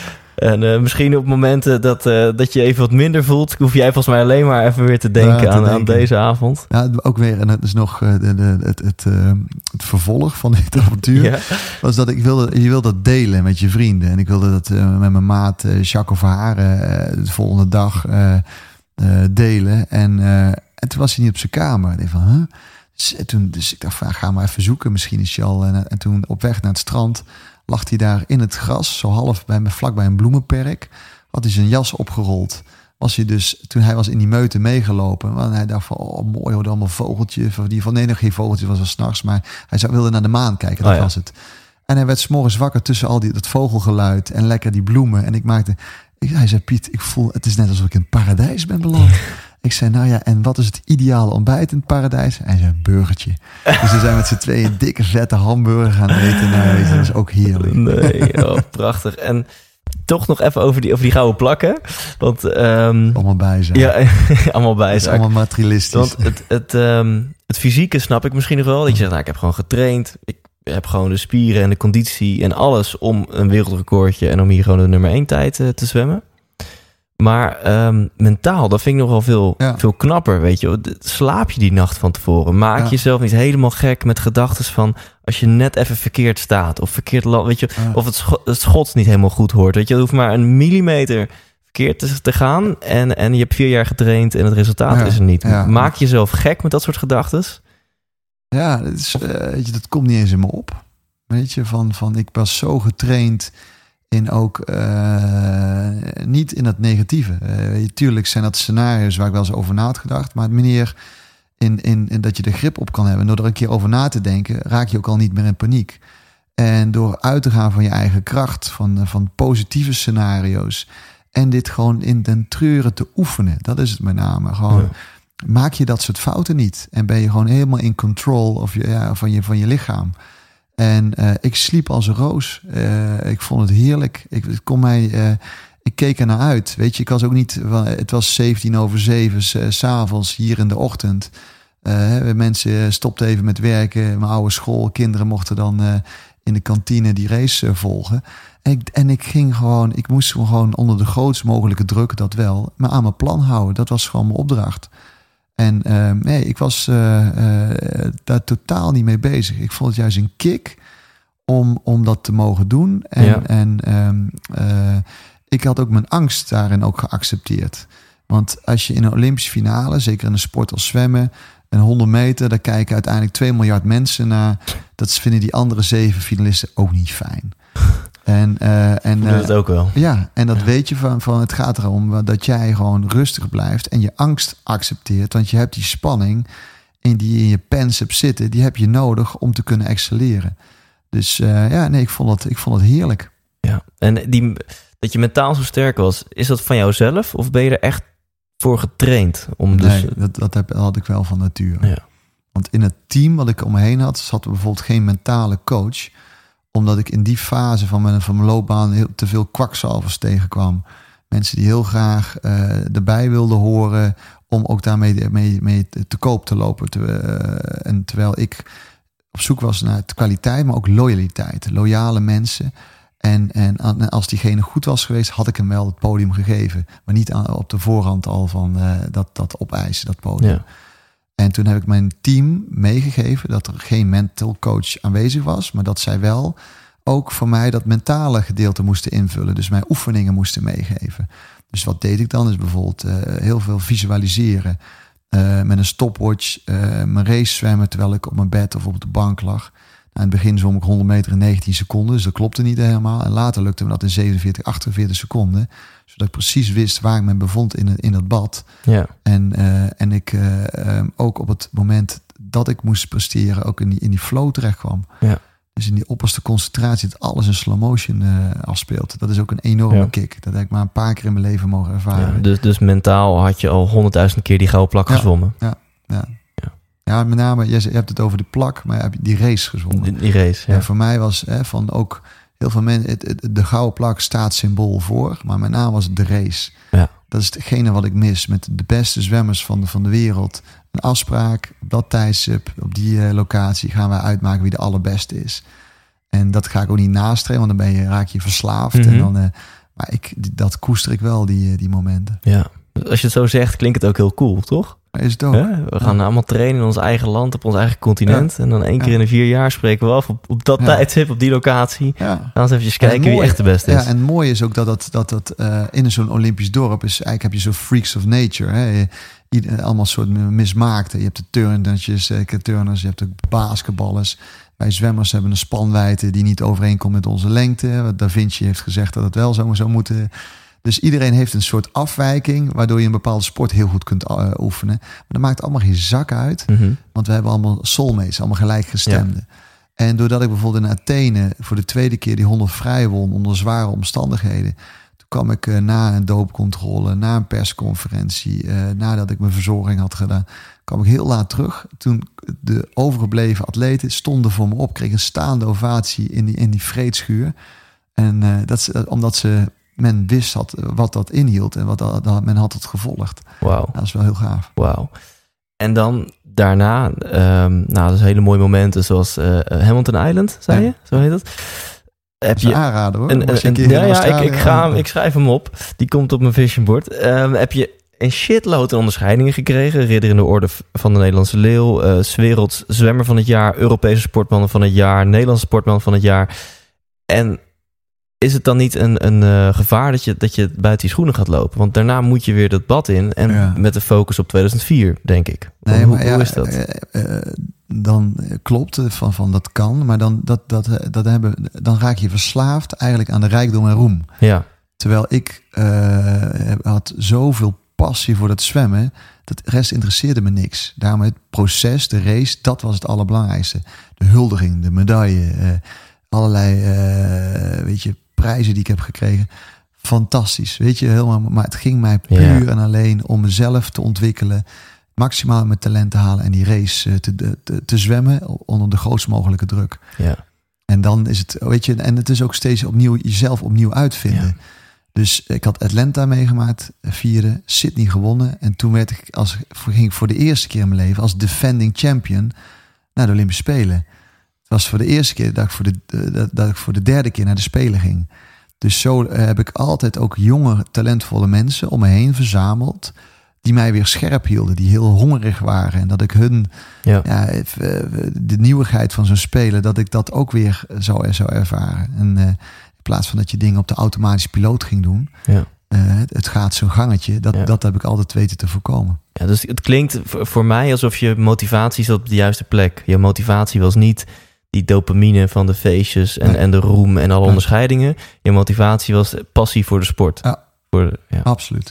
En misschien op momenten dat je even wat minder voelt, hoef jij volgens mij alleen maar even weer te denken aan deze avond. Ja, ook weer, en het is nog het vervolg van dit avontuur, was dat je wilde dat delen met je vrienden. En ik wilde dat met mijn maat Jacco Verharen de volgende dag delen. En toen was hij niet op zijn kamer. Ik dacht van, Dus ik dacht van, ga maar even zoeken. Misschien is hij al... En toen op weg naar het strand lag hij daar in het gras, zo half vlakbij een bloemenperk. Had hij zijn jas opgerold. Was hij dus, toen hij was in die meute meegelopen. Want hij dacht van, mooi hoor, allemaal vogeltjes. Nee, nog geen vogeltjes, was wel 's nachts. Maar hij wilde naar de maan kijken, dat was het. En hij werd 's morgens wakker tussen al dat vogelgeluid en lekker die bloemen. En hij zei, Piet, ik voel, het is net alsof ik in het paradijs ben beland. Ik zei, nou ja, en wat is het ideale ontbijt in het paradijs? Hij zei, een burgertje. Dus we zijn met z'n tweeën dikke vette hamburger gaan eten. Nou, weet je, dat is ook heerlijk. Nee, prachtig. En toch nog even over die gouden plakken. Want, allemaal bij zijn. Ja, allemaal bij zijn. Allemaal materialistisch. Want het fysieke snap ik misschien nog wel. Dat je zegt, nou, ik heb gewoon getraind. Ik heb gewoon de spieren en de conditie en alles om een wereldrecordje en om hier gewoon de nummer 1 tijd te zwemmen. Maar mentaal, dat vind ik nogal veel knapper, weet je. Slaap je die nacht van tevoren? Maak je jezelf niet helemaal gek met gedachten van, als je net even verkeerd staat of verkeerd land, weet je, of het schot niet helemaal goed hoort, weet je. Je hoeft maar een millimeter verkeerd te gaan en je hebt 4 jaar getraind en het resultaat is er niet. Ja. Maak je jezelf gek met dat soort gedachten? Ja, dat komt niet eens in me op. Weet je, van ik was zo getraind in ook niet in het negatieve. Tuurlijk zijn dat scenario's waar ik wel eens over na had gedacht, maar het manier in dat je de grip op kan hebben, door er een keer over na te denken, raak je ook al niet meer in paniek. En door uit te gaan van je eigen kracht, van positieve scenario's en dit gewoon in den treuren te oefenen, dat is het met name. Gewoon maak je dat soort fouten niet en ben je gewoon helemaal in control van je lichaam. En ik sliep als een roos. Ik vond het heerlijk. Ik keek er naar uit. Weet je, ik was ook niet. Het was 7:17 s'avonds hier in de ochtend. Mensen stopten even met werken. Mijn oude school, kinderen mochten dan in de kantine die race volgen. En ik ging gewoon. Ik moest gewoon onder de grootst mogelijke druk, dat wel, maar aan mijn plan houden. Dat was gewoon mijn opdracht. En ik was daar totaal niet mee bezig. Ik vond het juist een kick om dat te mogen doen. En ik had ook mijn angst daarin ook geaccepteerd. Want als je in een Olympische finale, zeker in een sport als zwemmen, een 100 meter, daar kijken uiteindelijk 2 miljard mensen naar. Dat vinden die andere 7 finalisten ook niet fijn. En dat ook wel. Ja, en dat weet je van het gaat erom dat jij gewoon rustig blijft en je angst accepteert. Want je hebt die spanning die in je pens hebt zitten, die heb je nodig om te kunnen excelleren. Dus ik vond het heerlijk. Ja, en dat je mentaal zo sterk was, is dat van jouzelf of ben je er echt voor getraind? Nee, dat had ik wel van nature. Ja. Want in het team wat ik om me heen had, zat er bijvoorbeeld geen mentale coach, omdat ik in die fase van mijn loopbaan te veel kwakzalvers tegenkwam. Mensen die heel graag erbij wilden horen om ook daarmee mee te koop te lopen. En terwijl ik op zoek was naar kwaliteit, maar ook loyaliteit. Loyale mensen. En als diegene goed was geweest, had ik hem wel het podium gegeven. Maar niet op de voorhand al van dat opeisen, dat podium. Ja. En toen heb ik mijn team meegegeven dat er geen mental coach aanwezig was, maar dat zij wel ook voor mij dat mentale gedeelte moesten invullen. Dus mijn oefeningen moesten meegeven. Dus wat deed ik dan? Is bijvoorbeeld heel veel visualiseren. Met een stopwatch mijn race zwemmen terwijl ik op mijn bed of op de bank lag. In het begin zwom ik 100 meter in 19 seconden, dus dat klopte niet helemaal. En later lukte me dat in 47, 48 seconden. Zodat ik precies wist waar ik me bevond in dat bad. Ja. En ik ook op het moment dat ik moest presteren, ook in die flow terecht kwam. Ja. Dus in die opperste concentratie, dat alles in slow motion afspeelt. Dat is ook een enorme kick. Dat heb ik maar een paar keer in mijn leven mogen ervaren. Ja, dus mentaal had je al 100.000 keer die gouden plak gezwommen. Ja, met name, je hebt het over de plak, maar heb je die race gezwommen. Die race, ja. En voor mij was van ook heel veel mensen, de gouden plak staat symbool voor, maar met name was het de race. Ja. Dat is hetgene wat ik mis met de beste zwemmers van de wereld. Een afspraak, op dat tijdstip, op die locatie gaan wij uitmaken wie de allerbeste is. En dat ga ik ook niet nastreven, want dan raak je verslaafd. Mm-hmm. En dan, maar dat koester ik wel, die momenten. Ja, als je het zo zegt, klinkt het ook heel cool, toch? Is het ook. Ja, we gaan allemaal trainen in ons eigen land, op ons eigen continent. Ja. En dan 1 keer in de 4 jaar spreken we af op dat tijdstip, op die locatie. Ja. Gaan we eens eventjes kijken wie echt de beste is. Ja, en mooi is ook dat in zo'n Olympisch dorp is. Eigenlijk heb je zo freaks of nature. Hè? Allemaal soort mismaakte. Je hebt de turners, je hebt de basketballers. Wij zwemmers hebben een spanwijdte die niet overeenkomt met onze lengte. Da Vinci heeft gezegd dat het wel zo zou moeten. Dus iedereen heeft een soort afwijking, waardoor je een bepaalde sport heel goed kunt oefenen. Maar dat maakt allemaal geen zak uit. Mm-hmm. Want we hebben allemaal soulmates, allemaal gelijkgestemden. Ja. En doordat ik bijvoorbeeld in Athene voor de tweede keer die 100 vrij won onder zware omstandigheden, toen kwam ik na een doopcontrole, na een persconferentie, nadat ik mijn verzorging had gedaan, kwam ik heel laat terug. Toen de overgebleven atleten stonden voor me op, kreeg een staande ovatie in die vreedschuur. En omdat men wist wat dat inhield en men had het gevolgd. Wauw. Dat is wel heel gaaf. Wauw. En dan daarna, dat is hele mooie momenten zoals Hamilton Island, zei je? Zo heet het. Heb je aanraden hoor. Ik schrijf hem op. Die komt op mijn visionboard. Heb je een shitload aan onderscheidingen gekregen? Ridder in de Orde van de Nederlandse Leeuw, 's Werelds Zwemmer van het Jaar, Europese Sportman van het Jaar, Nederlandse Sportman van het Jaar. En is het dan niet een gevaar dat je buiten je schoenen gaat lopen? Want daarna moet je weer dat bad in en met de focus op 2004, denk ik. Nee, hoe is dat? Dan klopt van dat kan, maar dan raak je verslaafd eigenlijk aan de rijkdom en roem. Ja. Terwijl ik had zoveel passie voor dat zwemmen, dat rest interesseerde me niks. Daarom het proces, de race, dat was het allerbelangrijkste. De huldiging, de medaille, allerlei prijzen die ik heb gekregen. Fantastisch, helemaal. Maar het ging mij puur en alleen om mezelf te ontwikkelen, maximaal mijn talent te halen en die race te zwemmen onder de grootst mogelijke druk. Ja. En dan is het, en het is ook steeds jezelf opnieuw uitvinden. Ja. Dus ik had Atlanta meegemaakt, 4e, Sydney gewonnen. En toen ging ik voor de eerste keer in mijn leven als defending champion naar de Olympische Spelen. Het was voor de eerste keer dat ik voor de derde keer naar de Spelen ging. Dus zo heb ik altijd ook jonge, talentvolle mensen om me heen verzameld, die mij weer scherp hielden, die heel hongerig waren. En dat ik hun, de nieuwigheid van zo'n Spelen, dat ik dat ook weer zou ervaren. En in plaats van dat je dingen op de automatische piloot ging doen, het gaat zo'n gangetje, dat heb ik altijd weten te voorkomen. Ja, dus het klinkt voor mij alsof je motivatie zat op de juiste plek. Je motivatie was niet die dopamine van de feestjes en de roem en alle onderscheidingen. Je motivatie was passie voor de sport. Ja, absoluut.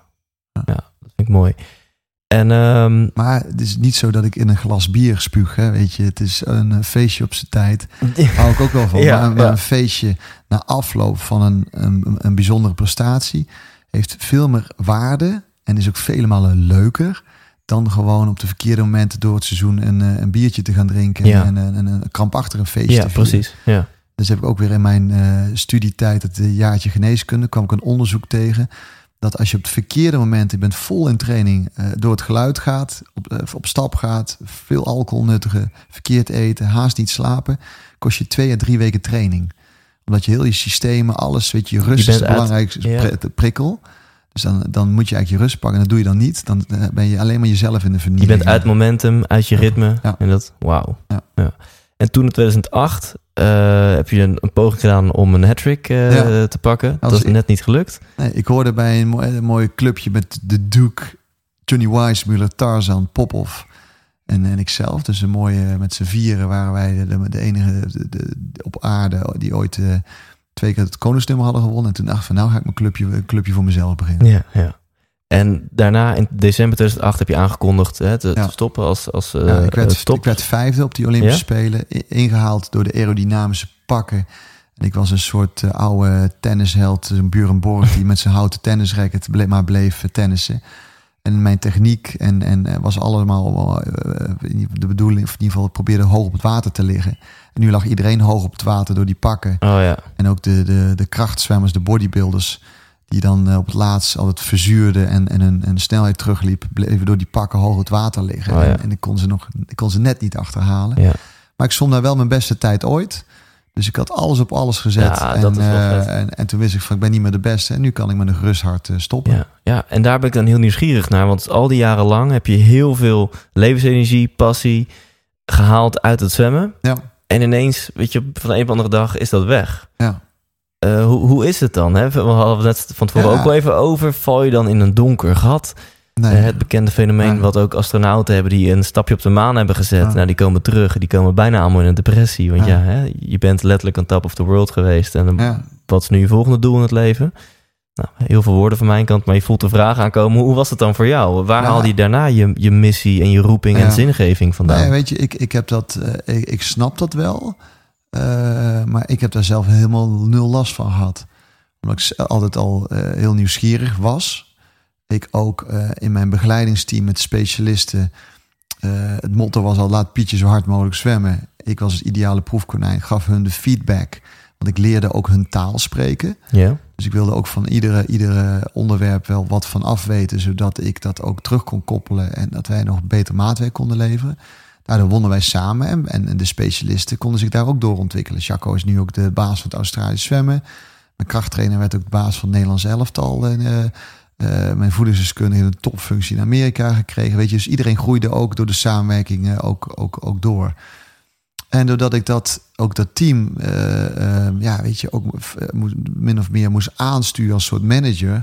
Ja, dat vind ik mooi. En, maar het is niet zo dat ik in een glas bier spuug. Hè? Weet je, het is een feestje op zijn tijd. Daar hou ik ook wel van. Maar een feestje na afloop van een bijzondere prestatie heeft veel meer waarde en is ook vele malen leuker dan gewoon op de verkeerde momenten door het seizoen een biertje te gaan drinken en een krampachtig een feestje te vieren. Precies. Ja. Dus heb ik ook weer in mijn studietijd, het jaartje geneeskunde, kwam ik een onderzoek tegen dat als je op het verkeerde moment, je bent vol in training, door het geluid gaat, op stap gaat, veel alcohol nuttigen, verkeerd eten, haast niet slapen, kost je 2 à 3 weken training. Omdat je heel je systemen, alles, je rust is het belangrijkste prikkel. Dus dan moet je eigenlijk je rust pakken. En dat doe je dan niet. Dan ben je alleen maar jezelf in de vernieling. Je bent uit momentum, uit je ritme. Ja. En dat, wauw. Ja. En toen in 2008 heb je een poging gedaan om een hat-trick te pakken. Dat is net niet gelukt. Nee, ik hoorde bij een mooi clubje met de Duke, Johnny Weissmuller, Tarzan, Popov en ikzelf. Dus een mooie, met z'n vieren waren wij de enige op aarde die ooit 2 keer het koningsnummer hadden gewonnen. En toen dacht ik van, nou ga ik mijn clubje voor mezelf beginnen. Ja. En daarna in december 2008 heb je aangekondigd te stoppen als ik werd 5e op die Olympische Spelen. Ingehaald door de aerodynamische pakken. En ik was een soort oude tennisheld. Een Björn Borg die met zijn houten tennisracket bleef tennissen. En mijn techniek en was allemaal de bedoeling, of in ieder geval ik probeerde hoog op het water te liggen. En nu lag iedereen hoog op het water door die pakken. Oh ja. En ook de krachtzwemmers, de bodybuilders, die dan op het laatst altijd verzuurden en een snelheid terugliep, bleven door die pakken hoog op het water liggen. Oh ja. En ik kon ze net niet achterhalen. Ja. Maar ik zwom daar wel mijn beste tijd ooit. Dus ik had alles op alles gezet. Ja, dat is wel vet. En toen wist ik van, ik ben niet meer de beste. En nu kan ik met een gerust hart stoppen. Ja, en daar ben ik dan heel nieuwsgierig naar. Want al die jaren lang heb je heel veel levensenergie, passie gehaald uit het zwemmen. Ja. En ineens, weet je, van de een op de andere dag is dat weg. Ja. Hoe is het dan? Hè? We hadden het net van tevoren ook wel even over. Val je dan in een donker gat? Nee. Het bekende fenomeen wat ook astronauten hebben die een stapje op de maan hebben gezet. Ja. Nou, die komen terug. Die komen bijna allemaal in een depressie. Want je bent letterlijk on top of the world geweest. En wat is nu je volgende doel in het leven? Nou, heel veel woorden van mijn kant, maar je voelt de vraag aankomen. Hoe was het dan voor jou? Waar haalde je daarna je missie en je roeping en zingeving vandaan? Nee, weet je, ik heb dat, ik snap dat wel. Maar ik heb daar zelf helemaal nul last van gehad. Omdat ik altijd al heel nieuwsgierig was. Ik ook in mijn begeleidingsteam met specialisten. Het motto was al: laat Pietje zo hard mogelijk zwemmen. Ik was het ideale proefkonijn, gaf hun de feedback. Want ik leerde ook hun taal spreken. Ja. Dus ik wilde ook van iedere onderwerp wel wat van afweten, zodat ik dat ook terug kon koppelen en dat wij nog beter maatwerk konden leveren. Daardoor wonnen wij samen en de specialisten konden zich daar ook door ontwikkelen. Jacco is nu ook de baas van het Australisch zwemmen. Mijn krachttrainer werd ook de baas van het Nederlands elftal. Mijn voedingsdeskundige heeft een topfunctie in Amerika gekregen. Weet je, dus iedereen groeide ook door de samenwerking ook door. En doordat ik dat team, weet je, ook min of meer moest aansturen als soort manager,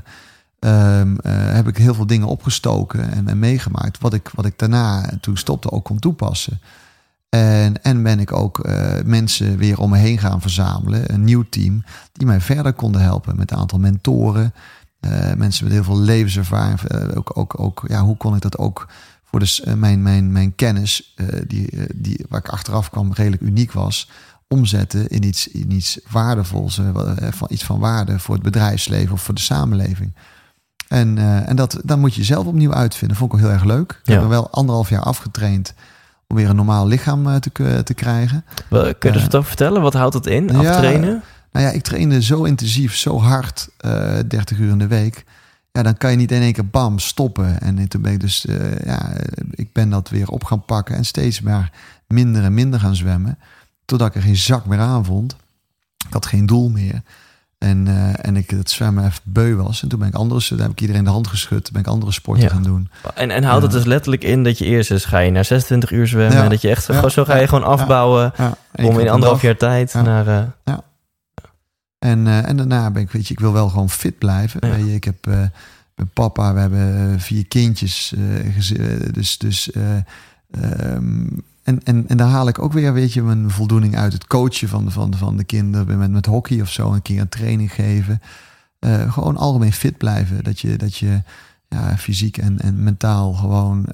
heb ik heel veel dingen opgestoken en meegemaakt. Wat ik daarna, toen stopte, ook kon toepassen. En ben ik ook mensen weer om me heen gaan verzamelen. Een nieuw team die mij verder konden helpen met een aantal mentoren. Mensen met heel veel levenservaring. Hoe kon ik dat ook voor mijn kennis, waar ik achteraf kwam dan redelijk uniek was, omzetten in iets waardevols, iets van waarde voor het bedrijfsleven of voor de samenleving. En dan moet je zelf opnieuw uitvinden. Vond ik ook heel erg leuk. Ik heb er wel 1,5 jaar afgetraind om weer een normaal lichaam te krijgen. Kun je wat over vertellen? Wat houdt het in, aftrainen? Nou ja, ik trainde zo intensief, zo hard, 30 uur in de week. Ja, dan kan je niet in één keer bam stoppen. En toen ben ik dus, ik ben dat weer op gaan pakken en steeds maar minder en minder gaan zwemmen. Totdat ik er geen zak meer aan vond. Ik had geen doel meer. En ik het zwemmen even beu was. En toen toen heb ik iedereen de hand geschud. Ben ik andere sporten gaan doen. En houdt het dus letterlijk in dat je eerst eens ga je naar 26 uur zwemmen. En dat je echt zo ga je gewoon afbouwen. Om in 1,5 jaar tijd naar... En daarna ben ik, ik wil wel gewoon fit blijven. Ja. Ik heb mijn papa, we hebben 4 kindjes. En daar haal ik ook weer, mijn voldoening uit het coachen van de kinderen. Met hockey of zo, een keer een training geven. Gewoon algemeen fit blijven. Dat je fysiek en mentaal gewoon,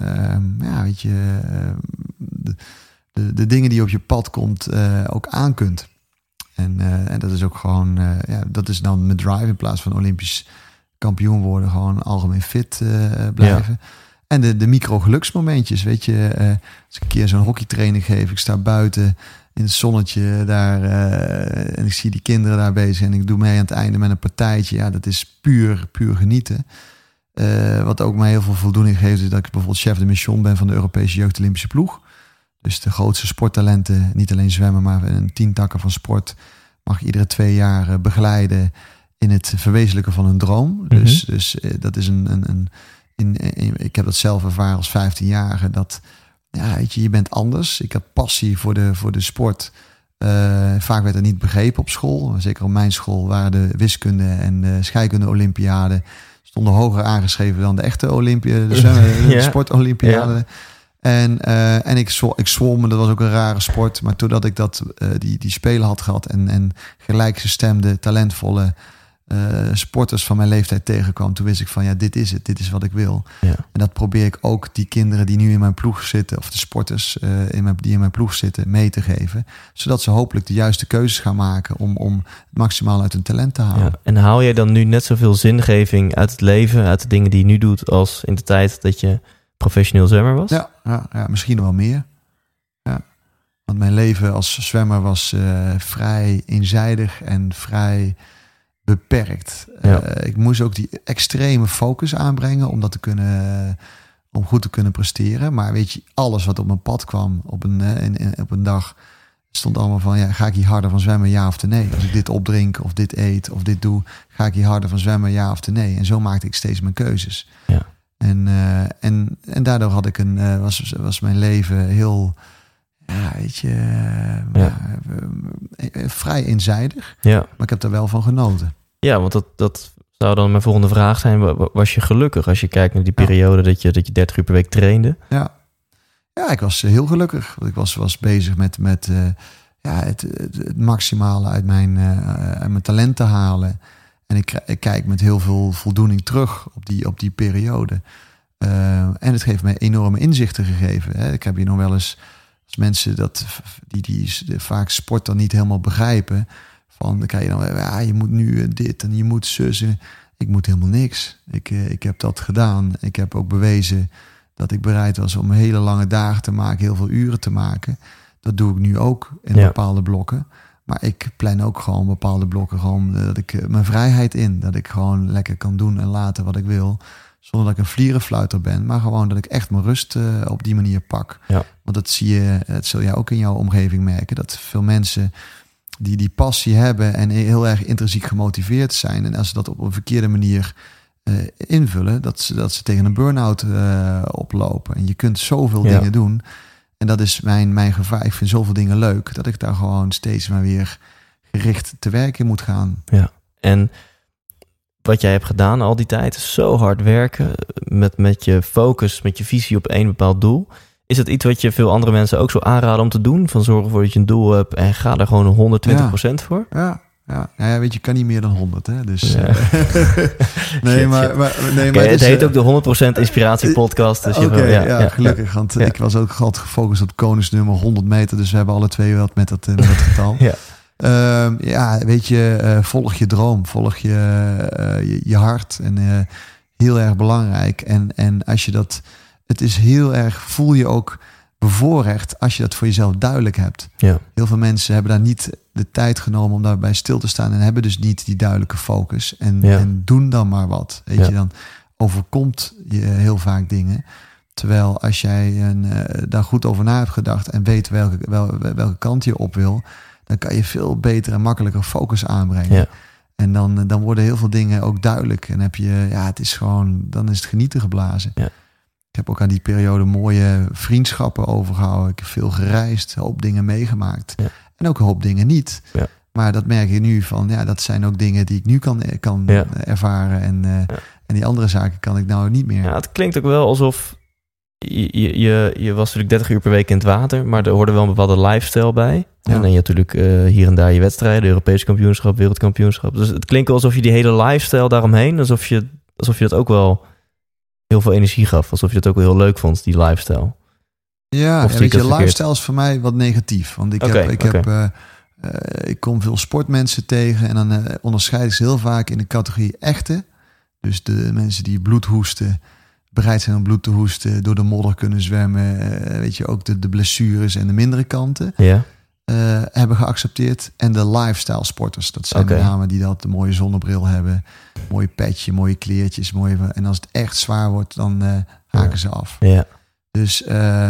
de dingen die op je pad komt ook aan kunt. En dat is ook gewoon, dat is dan mijn drive in plaats van Olympisch kampioen worden. Gewoon algemeen fit blijven. Ja. En de micro-geluksmomentjes, weet je. Als ik een keer zo'n hockeytraining geef, ik sta buiten in het zonnetje daar en ik zie die kinderen daar bezig en ik doe mee aan het einde met een partijtje. Ja, dat is puur genieten. Wat ook mij heel veel voldoening geeft, is dat ik bijvoorbeeld chef de mission ben van de Europese Jeugd Olympische Ploeg. Dus de grootste sporttalenten, niet alleen zwemmen, maar een 10 takken van sport, mag iedere 2 jaar begeleiden in het verwezenlijken van hun droom. Mm-hmm. Dus dat is ik heb dat zelf ervaren als 15-jarige. Dat je bent anders. Ik had passie voor de sport. Vaak werd er niet begrepen op school. Zeker op mijn school waren de wiskunde en de scheikunde Olympiade stonden hoger aangeschreven dan de echte Olympiade, de sportolympiade. Ja. En ik zwom, dat was ook een rare sport. Maar doordat ik die spelen had gehad en gelijkgestemde, talentvolle sporters van mijn leeftijd tegenkwam, toen wist ik van dit is het, dit is wat ik wil. Ja. En dat probeer ik ook die kinderen die nu in mijn ploeg zitten, of de sporters die in mijn ploeg zitten, mee te geven. Zodat ze hopelijk de juiste keuzes gaan maken om het maximaal uit hun talent te halen. Ja. En haal jij dan nu net zoveel zingeving uit het leven, uit de dingen die je nu doet, als in de tijd dat je professioneel zwemmer was? Ja, misschien wel meer. Ja. Want mijn leven als zwemmer was vrij eenzijdig en vrij beperkt. Ja. Ik moest ook die extreme focus aanbrengen om goed te kunnen presteren. Maar weet je, alles wat op mijn pad kwam op een dag, stond allemaal van, ga ik hier harder van zwemmen, ja of nee? Als ik dit opdrink of dit eet of dit doe, ga ik hier harder van zwemmen, ja of nee? En zo maakte ik steeds mijn keuzes. Ja. En daardoor had ik was mijn leven heel, vrij eenzijdig. Ja. Maar ik heb er wel van genoten. Ja, want dat zou dan mijn volgende vraag zijn. Was je gelukkig als je kijkt naar die periode dat je 30 uur per week trainde? Ja, ik was heel gelukkig. Want ik was bezig met het maximale uit mijn talent te halen. En ik kijk met heel veel voldoening terug op die periode. En het heeft mij enorme inzichten gegeven. Hè. Ik heb hier nog wel eens als mensen die vaak sport dan niet helemaal begrijpen. Dan krijg je dan, je moet nu dit en je moet zussen. Ik moet helemaal niks. Ik heb dat gedaan. Ik heb ook bewezen dat ik bereid was om hele lange dagen te maken, heel veel uren te maken. Dat doe ik nu ook in bepaalde blokken. Maar ik plan ook gewoon bepaalde blokken. Gewoon dat ik mijn vrijheid in. Dat ik gewoon lekker kan doen en laten wat ik wil. Zonder dat ik een vlierenfluiter ben. Maar gewoon dat ik echt mijn rust op die manier pak. Ja. Want dat zul jij ook in jouw omgeving merken. Dat veel mensen die passie hebben en heel erg intrinsiek gemotiveerd zijn. En als ze dat op een verkeerde manier invullen, dat ze tegen een burn-out oplopen. En je kunt zoveel dingen doen. En dat is mijn gevaar. Ik vind zoveel dingen leuk, dat ik daar gewoon steeds maar weer gericht te werk in moet gaan. Ja, en wat jij hebt gedaan al die tijd, is zo hard werken met je focus, met je visie op één bepaald doel. Is dat iets wat je veel andere mensen ook zo aanraden om te doen? Van zorgen ervoor dat je een doel hebt en ga er gewoon 120% voor? Ja, weet je, kan niet meer dan 100, hè? Dus, ja. Nee, maar het heet ook de 100% Inspiratie Podcast. Dus gelukkig. Want ik was ook altijd gefocust op het koningsnummer 100 meter. Dus we hebben alle twee wat met dat getal. Weet je, volg je droom, volg je hart. En heel erg belangrijk. En als je dat, het is heel erg, voel je ook bevoorrecht als je dat voor jezelf duidelijk hebt. Ja. Heel veel mensen hebben daar niet de tijd genomen om daarbij stil te staan en hebben dus niet die duidelijke focus. En doen dan maar wat. Weet je, dan overkomt je heel vaak dingen. Terwijl als jij daar goed over na hebt gedacht en weet welke kant je op wil, dan kan je veel beter en makkelijker focus aanbrengen. Ja. En dan worden heel veel dingen ook duidelijk. En heb je, het is gewoon, dan is het genieten geblazen. Ja. Ik heb ook aan die periode mooie vriendschappen overgehouden. Ik heb veel gereisd, een hoop dingen meegemaakt. Ja. En ook een hoop dingen niet. Ja. Maar dat merk je nu van, dat zijn ook dingen die ik nu kan ervaren. En die andere zaken kan ik nou niet meer. Ja, het klinkt ook wel alsof je was natuurlijk 30 uur per week in het water, maar er hoorde wel een bepaalde lifestyle bij. Ja. En dan je natuurlijk hier en daar je wedstrijden, Europese kampioenschap, wereldkampioenschap. Dus het klinkt alsof je die hele lifestyle daaromheen, alsof je dat ook wel heel veel energie gaf. Alsof je het ook wel heel leuk vond, die lifestyle. Ja, weet je, lifestyle is voor mij wat negatief. Want ik kom veel sportmensen tegen en dan onderscheid ik ze heel vaak in de categorie echte. Dus de mensen die bloed hoesten, bereid zijn om bloed te hoesten, door de modder kunnen zwemmen. Weet je, ook de blessures en de mindere kanten hebben geaccepteerd. En de lifestyle sporters, dat zijn de namen die dat, de mooie zonnebril hebben, mooie petje, mooie kleertjes, en als het echt zwaar wordt, dan haken ze af. Ja. Dus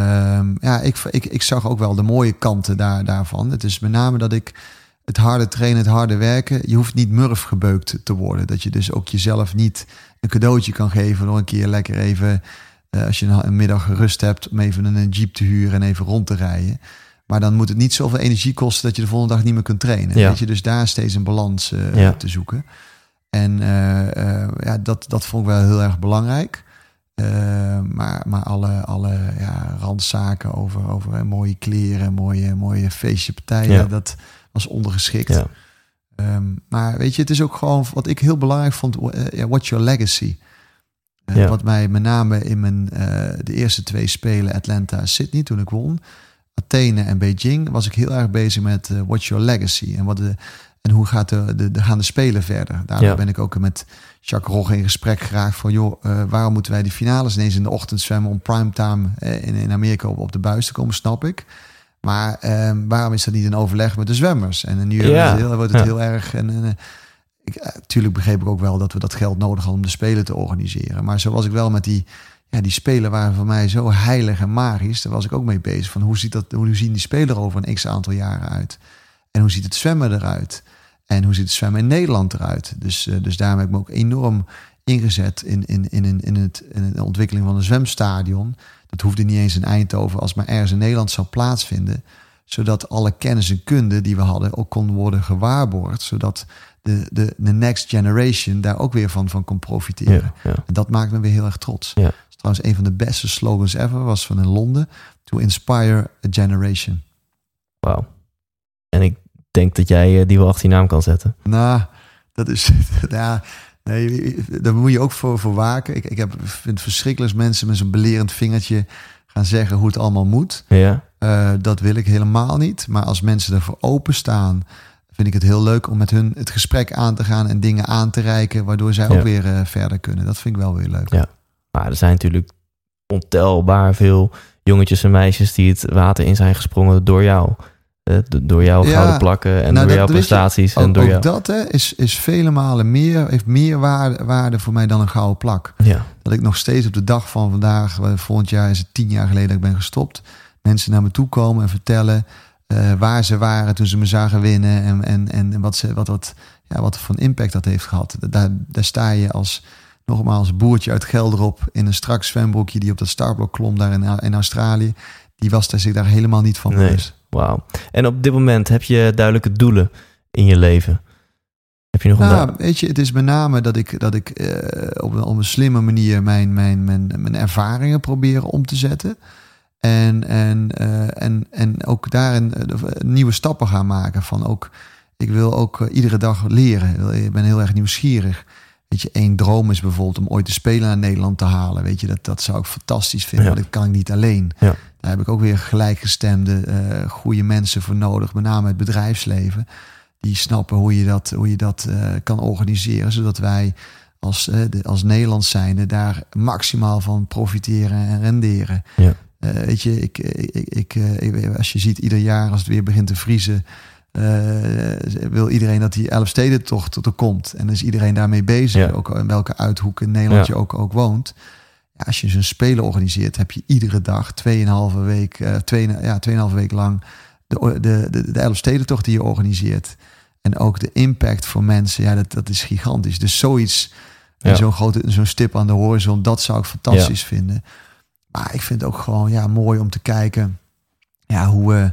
ik zag ook wel de mooie kanten daarvan. Het is met name dat ik het harde trainen, het harde werken, je hoeft niet murf gebeukt te worden. Dat je dus ook jezelf niet een cadeautje kan geven door een keer lekker even, als je een middag rust hebt, om even een jeep te huren en even rond te rijden. Maar dan moet het niet zoveel energie kosten dat je de volgende dag niet meer kunt trainen. Ja. Weet je, dus daar steeds een balans te zoeken. En dat vond ik wel heel erg belangrijk. Maar alle randzaken over mooie kleren, mooie feestje partijen, dat was ondergeschikt. Ja. Maar weet je, het is ook gewoon wat ik heel belangrijk vond. What's your legacy? Wat mij met name in de eerste 2 spelen, Atlanta, Sydney, toen ik won, Athene en Beijing, was ik heel erg bezig met what's your legacy? En hoe gaan de spelen verder? Daardoor ben ik ook met Jacques Rogge in gesprek geraakt van, waarom moeten wij die finales ineens in de ochtend zwemmen om primetime in Amerika op de buis te komen, snap ik. Maar waarom is dat niet een overleg met de zwemmers? En nu wordt het heel erg. Natuurlijk begreep ik ook wel dat we dat geld nodig hadden om de Spelen te organiseren. Maar zo was ik wel met die Spelen waren voor mij zo heilig en magisch. Daar was ik ook mee bezig. Van hoe zien die Spelen er over een x aantal jaren uit? En hoe ziet het zwemmen eruit? En hoe ziet het zwemmen in Nederland eruit? Dus daarom heb ik me ook enorm ingezet in de ontwikkeling van een zwemstadion. Dat hoefde niet eens in Eindhoven, als maar ergens in Nederland zou plaatsvinden. Zodat alle kennis en kunde die we hadden ook kon worden gewaarborgd. Zodat de next generation daar ook weer van kon profiteren. Ja. En dat maakt me weer heel erg trots. Ja. Dat is trouwens een van de beste slogans ever. Was van in Londen. To inspire a generation. Wauw. En ik denk dat jij die wel achter je naam kan zetten. Nou, Dat is... Ja, nee, daar moet je ook voor waken. Ik vind het verschrikkelijk als mensen met zo'n belerend vingertje gaan zeggen hoe het allemaal moet. Ja. Dat wil ik helemaal niet. Maar als mensen ervoor openstaan, vind ik het heel leuk om met hun het gesprek aan te gaan en dingen aan te reiken, waardoor zij ook weer verder kunnen. Dat vind ik wel weer leuk. Ja, maar er zijn natuurlijk ontelbaar veel jongetjes en meisjes die het water in zijn gesprongen door jou. Door jouw gouden plakken en door jouw prestaties. Ook, en door ook dat is vele malen heeft meer waarde voor mij dan een gouden plak. Ja. Dat ik nog steeds op de dag van vandaag, volgend jaar is het 10 jaar geleden dat ik ben gestopt, mensen naar me toe komen en vertellen waar ze waren toen ze me zagen winnen en wat voor een impact dat heeft gehad. Daar sta je als boertje uit Gelderop in een strak zwembroekje die op dat startblok klom daar in Australië. Die was zich daar helemaal niet van bewust. Wauw. En op dit moment heb je duidelijke doelen in je leven? Heb je nog weet je, het is met name dat ik op een slimme manier mijn ervaringen probeer om te zetten. En ook daarin nieuwe stappen gaan maken. Ik wil ook iedere dag leren. Ik ben heel erg nieuwsgierig. Weet je, 1 droom is bijvoorbeeld om ooit te spelen naar Nederland te halen. Weet je, dat zou ik fantastisch vinden. Maar dat kan ik niet alleen. Ja. Daar heb ik ook weer gelijkgestemde, goede mensen voor nodig. Met name het bedrijfsleven. Die snappen hoe je dat kan organiseren. Zodat wij als Nederland zijnde daar maximaal van profiteren en renderen. Ja. Weet je, als je ziet ieder jaar als het weer begint te vriezen, wil iedereen dat die Elfstedentocht er komt. En dan is iedereen daarmee bezig. Ja. Ook in welke uithoek in Nederland je ook woont. Ja, als je zo'n spelen organiseert, heb je iedere dag 2,5 week lang de Elfstedentocht die je organiseert. En ook de impact voor mensen, dat is gigantisch. Dus zoiets, zo'n stip aan de horizon, dat zou ik fantastisch vinden. Maar ik vind het ook gewoon mooi om te kijken hoe we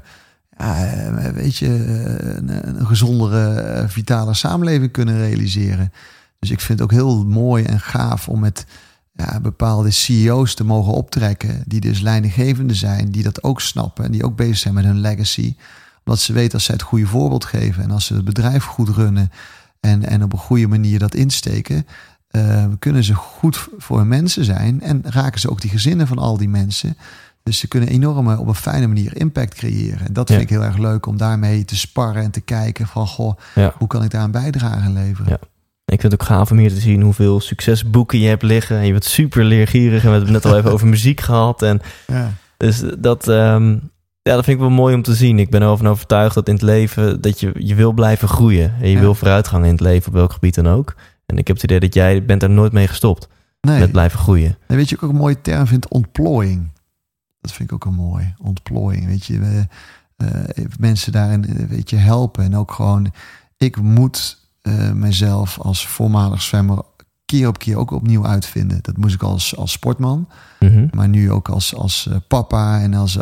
een gezondere, vitale samenleving kunnen realiseren. Dus ik vind het ook heel mooi en gaaf om met bepaalde CEO's te mogen optrekken, die dus leidinggevende zijn, die dat ook snappen en die ook bezig zijn met hun legacy. Omdat ze weten als zij het goede voorbeeld geven en als ze het bedrijf goed runnen en op een goede manier dat insteken, kunnen ze goed voor hun mensen zijn en raken ze ook die gezinnen van al die mensen. Dus ze kunnen enorm op een fijne manier impact creëren. En dat vind ik heel erg leuk om daarmee te sparren en te kijken van hoe kan ik daar een bijdrage leveren? Ja. Ik vind het ook gaaf om hier te zien hoeveel succesboeken je hebt liggen. En je bent super leergierig. En we hebben het net al even over muziek gehad. En dus dat vind ik wel mooi om te zien. Ik ben ervan overtuigd dat in het leven dat je wil blijven groeien. En je wil vooruitgang in het leven op welk gebied dan ook. En ik heb het idee dat jij bent er nooit mee gestopt. Met blijven groeien. En weet je, ook een mooie term vindt ontplooiing. Dat vind ik ook een mooi. Ontplooiing. Weet je, mensen daarin helpen. En ook gewoon, ik moet mezelf als voormalig zwemmer keer op keer ook opnieuw uitvinden. Dat moest ik als sportman. Mm-hmm. Maar nu ook als papa en als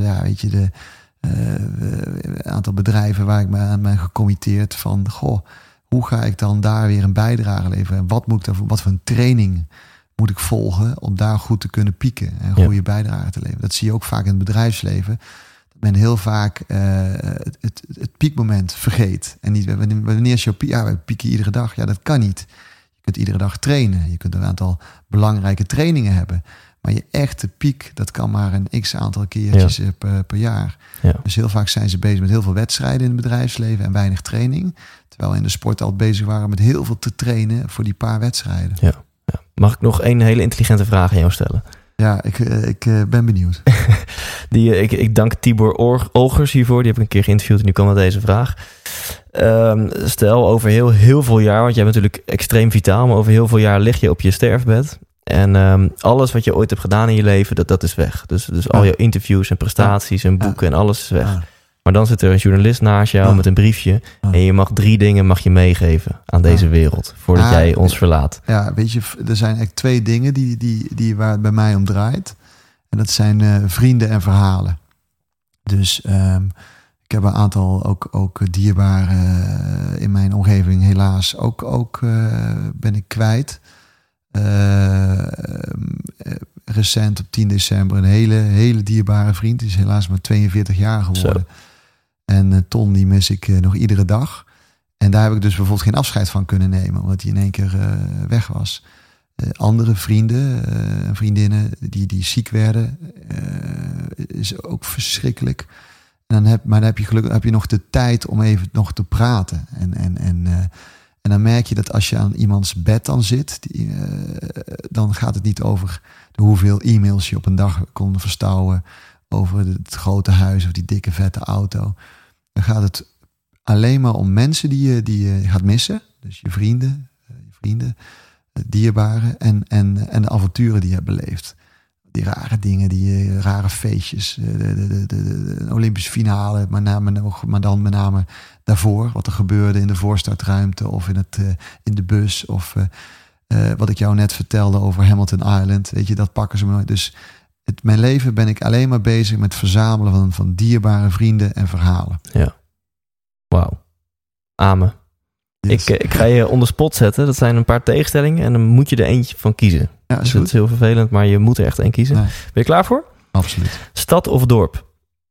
aantal bedrijven waar ik me aan ben gecommitteerd van, hoe ga ik dan daar weer een bijdrage leveren? En wat voor een training moet ik volgen om daar goed te kunnen pieken en goede bijdrage te leveren? Dat zie je ook vaak in het bedrijfsleven. Men heel vaak het piekmoment vergeet. En niet wanneer is jouw piek? Ja, we pieken iedere dag. Ja, dat kan niet. Je kunt iedere dag trainen. Je kunt een aantal belangrijke trainingen hebben. Maar je echte piek, dat kan maar een x-aantal keertjes per jaar. Ja. Dus heel vaak zijn ze bezig met heel veel wedstrijden in het bedrijfsleven en weinig training. Terwijl we in de sport al bezig waren met heel veel te trainen voor die paar wedstrijden. Ja. Ja. Mag ik nog een hele intelligente vraag aan jou stellen? Ja, ik ben benieuwd. Ik dank Tibor Olgers hiervoor. Die heb ik een keer geïnterviewd en nu kwam met deze vraag. Stel, over heel veel jaar, want jij bent natuurlijk extreem vitaal, maar over heel veel jaar lig je op je sterfbed. En alles wat je ooit hebt gedaan in je leven, dat is weg. Dus al je interviews en prestaties en boeken en alles is weg. Ja. Maar dan zit er een journalist naast jou met een briefje. En je mag 3 dingen meegeven aan deze wereld voordat jij ons verlaat. Ja, weet je, er zijn eigenlijk 2 dingen die waar het bij mij om draait. En dat zijn vrienden en verhalen. Dus ik heb een aantal ook dierbaren in mijn omgeving helaas ook ben ik kwijt. Recent op 10 december een hele dierbare vriend. Die is helaas maar 42 jaar geworden. Zo. En Ton, die mis ik nog iedere dag. En daar heb ik dus bijvoorbeeld geen afscheid van kunnen nemen, omdat hij in één keer weg was. Andere vrienden en vriendinnen die ziek werden, is ook verschrikkelijk. En dan heb je gelukkig heb je nog de tijd om even nog te praten. En dan merk je dat als je aan iemands bed dan zit, dan gaat het niet over de hoeveel e-mails je op een dag kon verstouwen, over het grote huis of die dikke vette auto. Dan gaat het alleen maar om mensen die je gaat missen. Dus je vrienden, dierbaren en de avonturen die je hebt beleefd. Die rare dingen, die rare feestjes, de Olympische finale, maar dan met name daarvoor, wat er gebeurde in de voorstartruimte of in de bus, of wat ik jou net vertelde over Hamilton Island, weet je, dat pakken ze me nooit. Dus mijn leven ben ik alleen maar bezig met verzamelen van dierbare vrienden en verhalen. Ja. Wauw. Amen. Yes. Ik ga je onder spot zetten. Dat zijn een paar tegenstellingen en dan moet je er eentje van kiezen. Ja, dus dat is heel vervelend, maar je moet er echt één kiezen. Nee. Ben je klaar voor? Absoluut. Stad of dorp?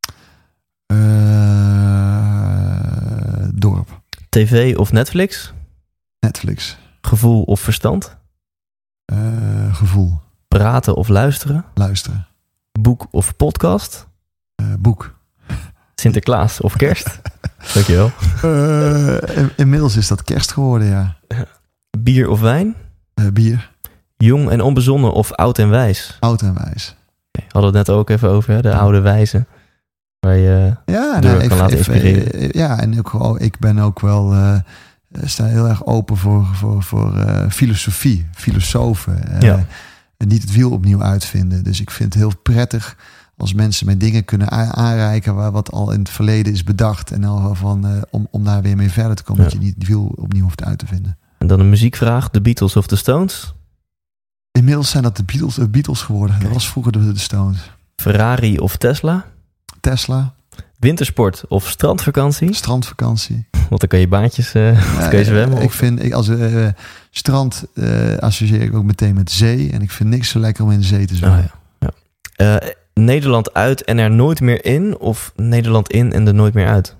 Dorp. TV of Netflix? Netflix. Gevoel of verstand? Gevoel. Praten of luisteren? Luisteren. Boek of podcast? Boek. Sinterklaas of kerst? Dankjewel. Inmiddels is dat kerst geworden, ja. Bier of wijn? Bier. Jong en onbezonnen of oud en wijs? Oud en wijs. Okay, hadden we het net ook even over, hè? De oude wijze. Waar je door kan laten inspireren. Ja, en ik ben ook wel... sta heel erg open voor filosofie, filosofen. En niet het wiel opnieuw uitvinden. Dus ik vind het heel prettig als mensen mij dingen kunnen aanreiken wat al in het verleden is bedacht. En al van om daar weer mee verder te komen. Dat je niet het wiel opnieuw hoeft uit te vinden. En dan een muziekvraag. De Beatles of de Stones? Inmiddels zijn dat de Beatles geworden. Okay. Dat was vroeger de Stones. Ferrari of Tesla? Tesla. Wintersport of strandvakantie? Strandvakantie. Want dan kan je baantjes kan je zwemmen. Als strand associeer ik ook meteen met zee. En ik vind niks zo lekker om in de zee te zwemmen. Nederland uit en er nooit meer in? Of Nederland in en er nooit meer uit?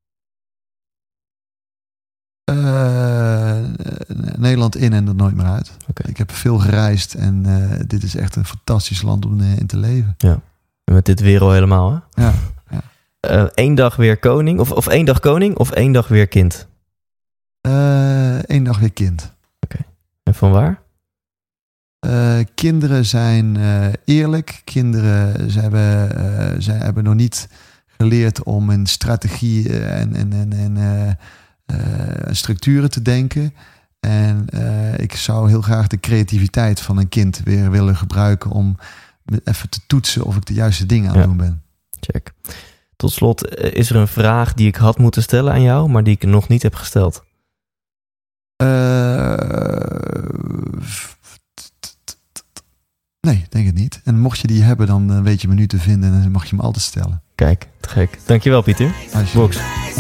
Nederland in en er nooit meer uit. Okay. Ik heb veel gereisd en dit is echt een fantastisch land om in te leven. Ja. En met dit weer al helemaal, hè? Ja. 1 dag weer koning of 1 dag koning of 1 dag weer kind? 1 dag weer kind. Oké. En van waar? Kinderen zijn eerlijk. Kinderen zij hebben nog niet geleerd om in strategie en structuren te denken. En ik zou heel graag de creativiteit van een kind weer willen gebruiken om even te toetsen of ik de juiste dingen aan het doen ben. Check. Tot slot, is er een vraag die ik had moeten stellen aan jou, maar die ik nog niet heb gesteld? Nee, denk het niet. En mocht je die hebben, dan weet je me nu te vinden en dan mag je hem altijd stellen. Kijk, te gek. Dankjewel, Pieter. Box.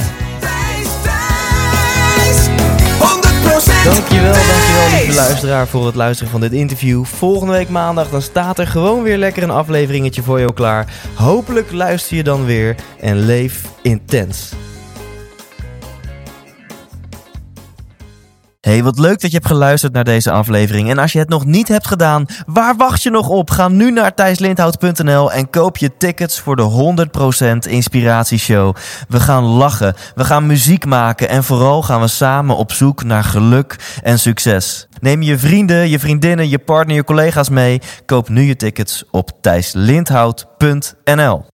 Dankjewel lieve luisteraar voor het luisteren van dit interview. Volgende week maandag dan staat er gewoon weer lekker een afleveringetje voor jou klaar. Hopelijk luister je dan weer en leef intens. Hey, wat leuk dat je hebt geluisterd naar deze aflevering. En als je het nog niet hebt gedaan, waar wacht je nog op? Ga nu naar thijslindhout.nl en koop je tickets voor de 100% Inspiratieshow. We gaan lachen, we gaan muziek maken en vooral gaan we samen op zoek naar geluk en succes. Neem je vrienden, je vriendinnen, je partner, je collega's mee. Koop nu je tickets op thijslindhout.nl.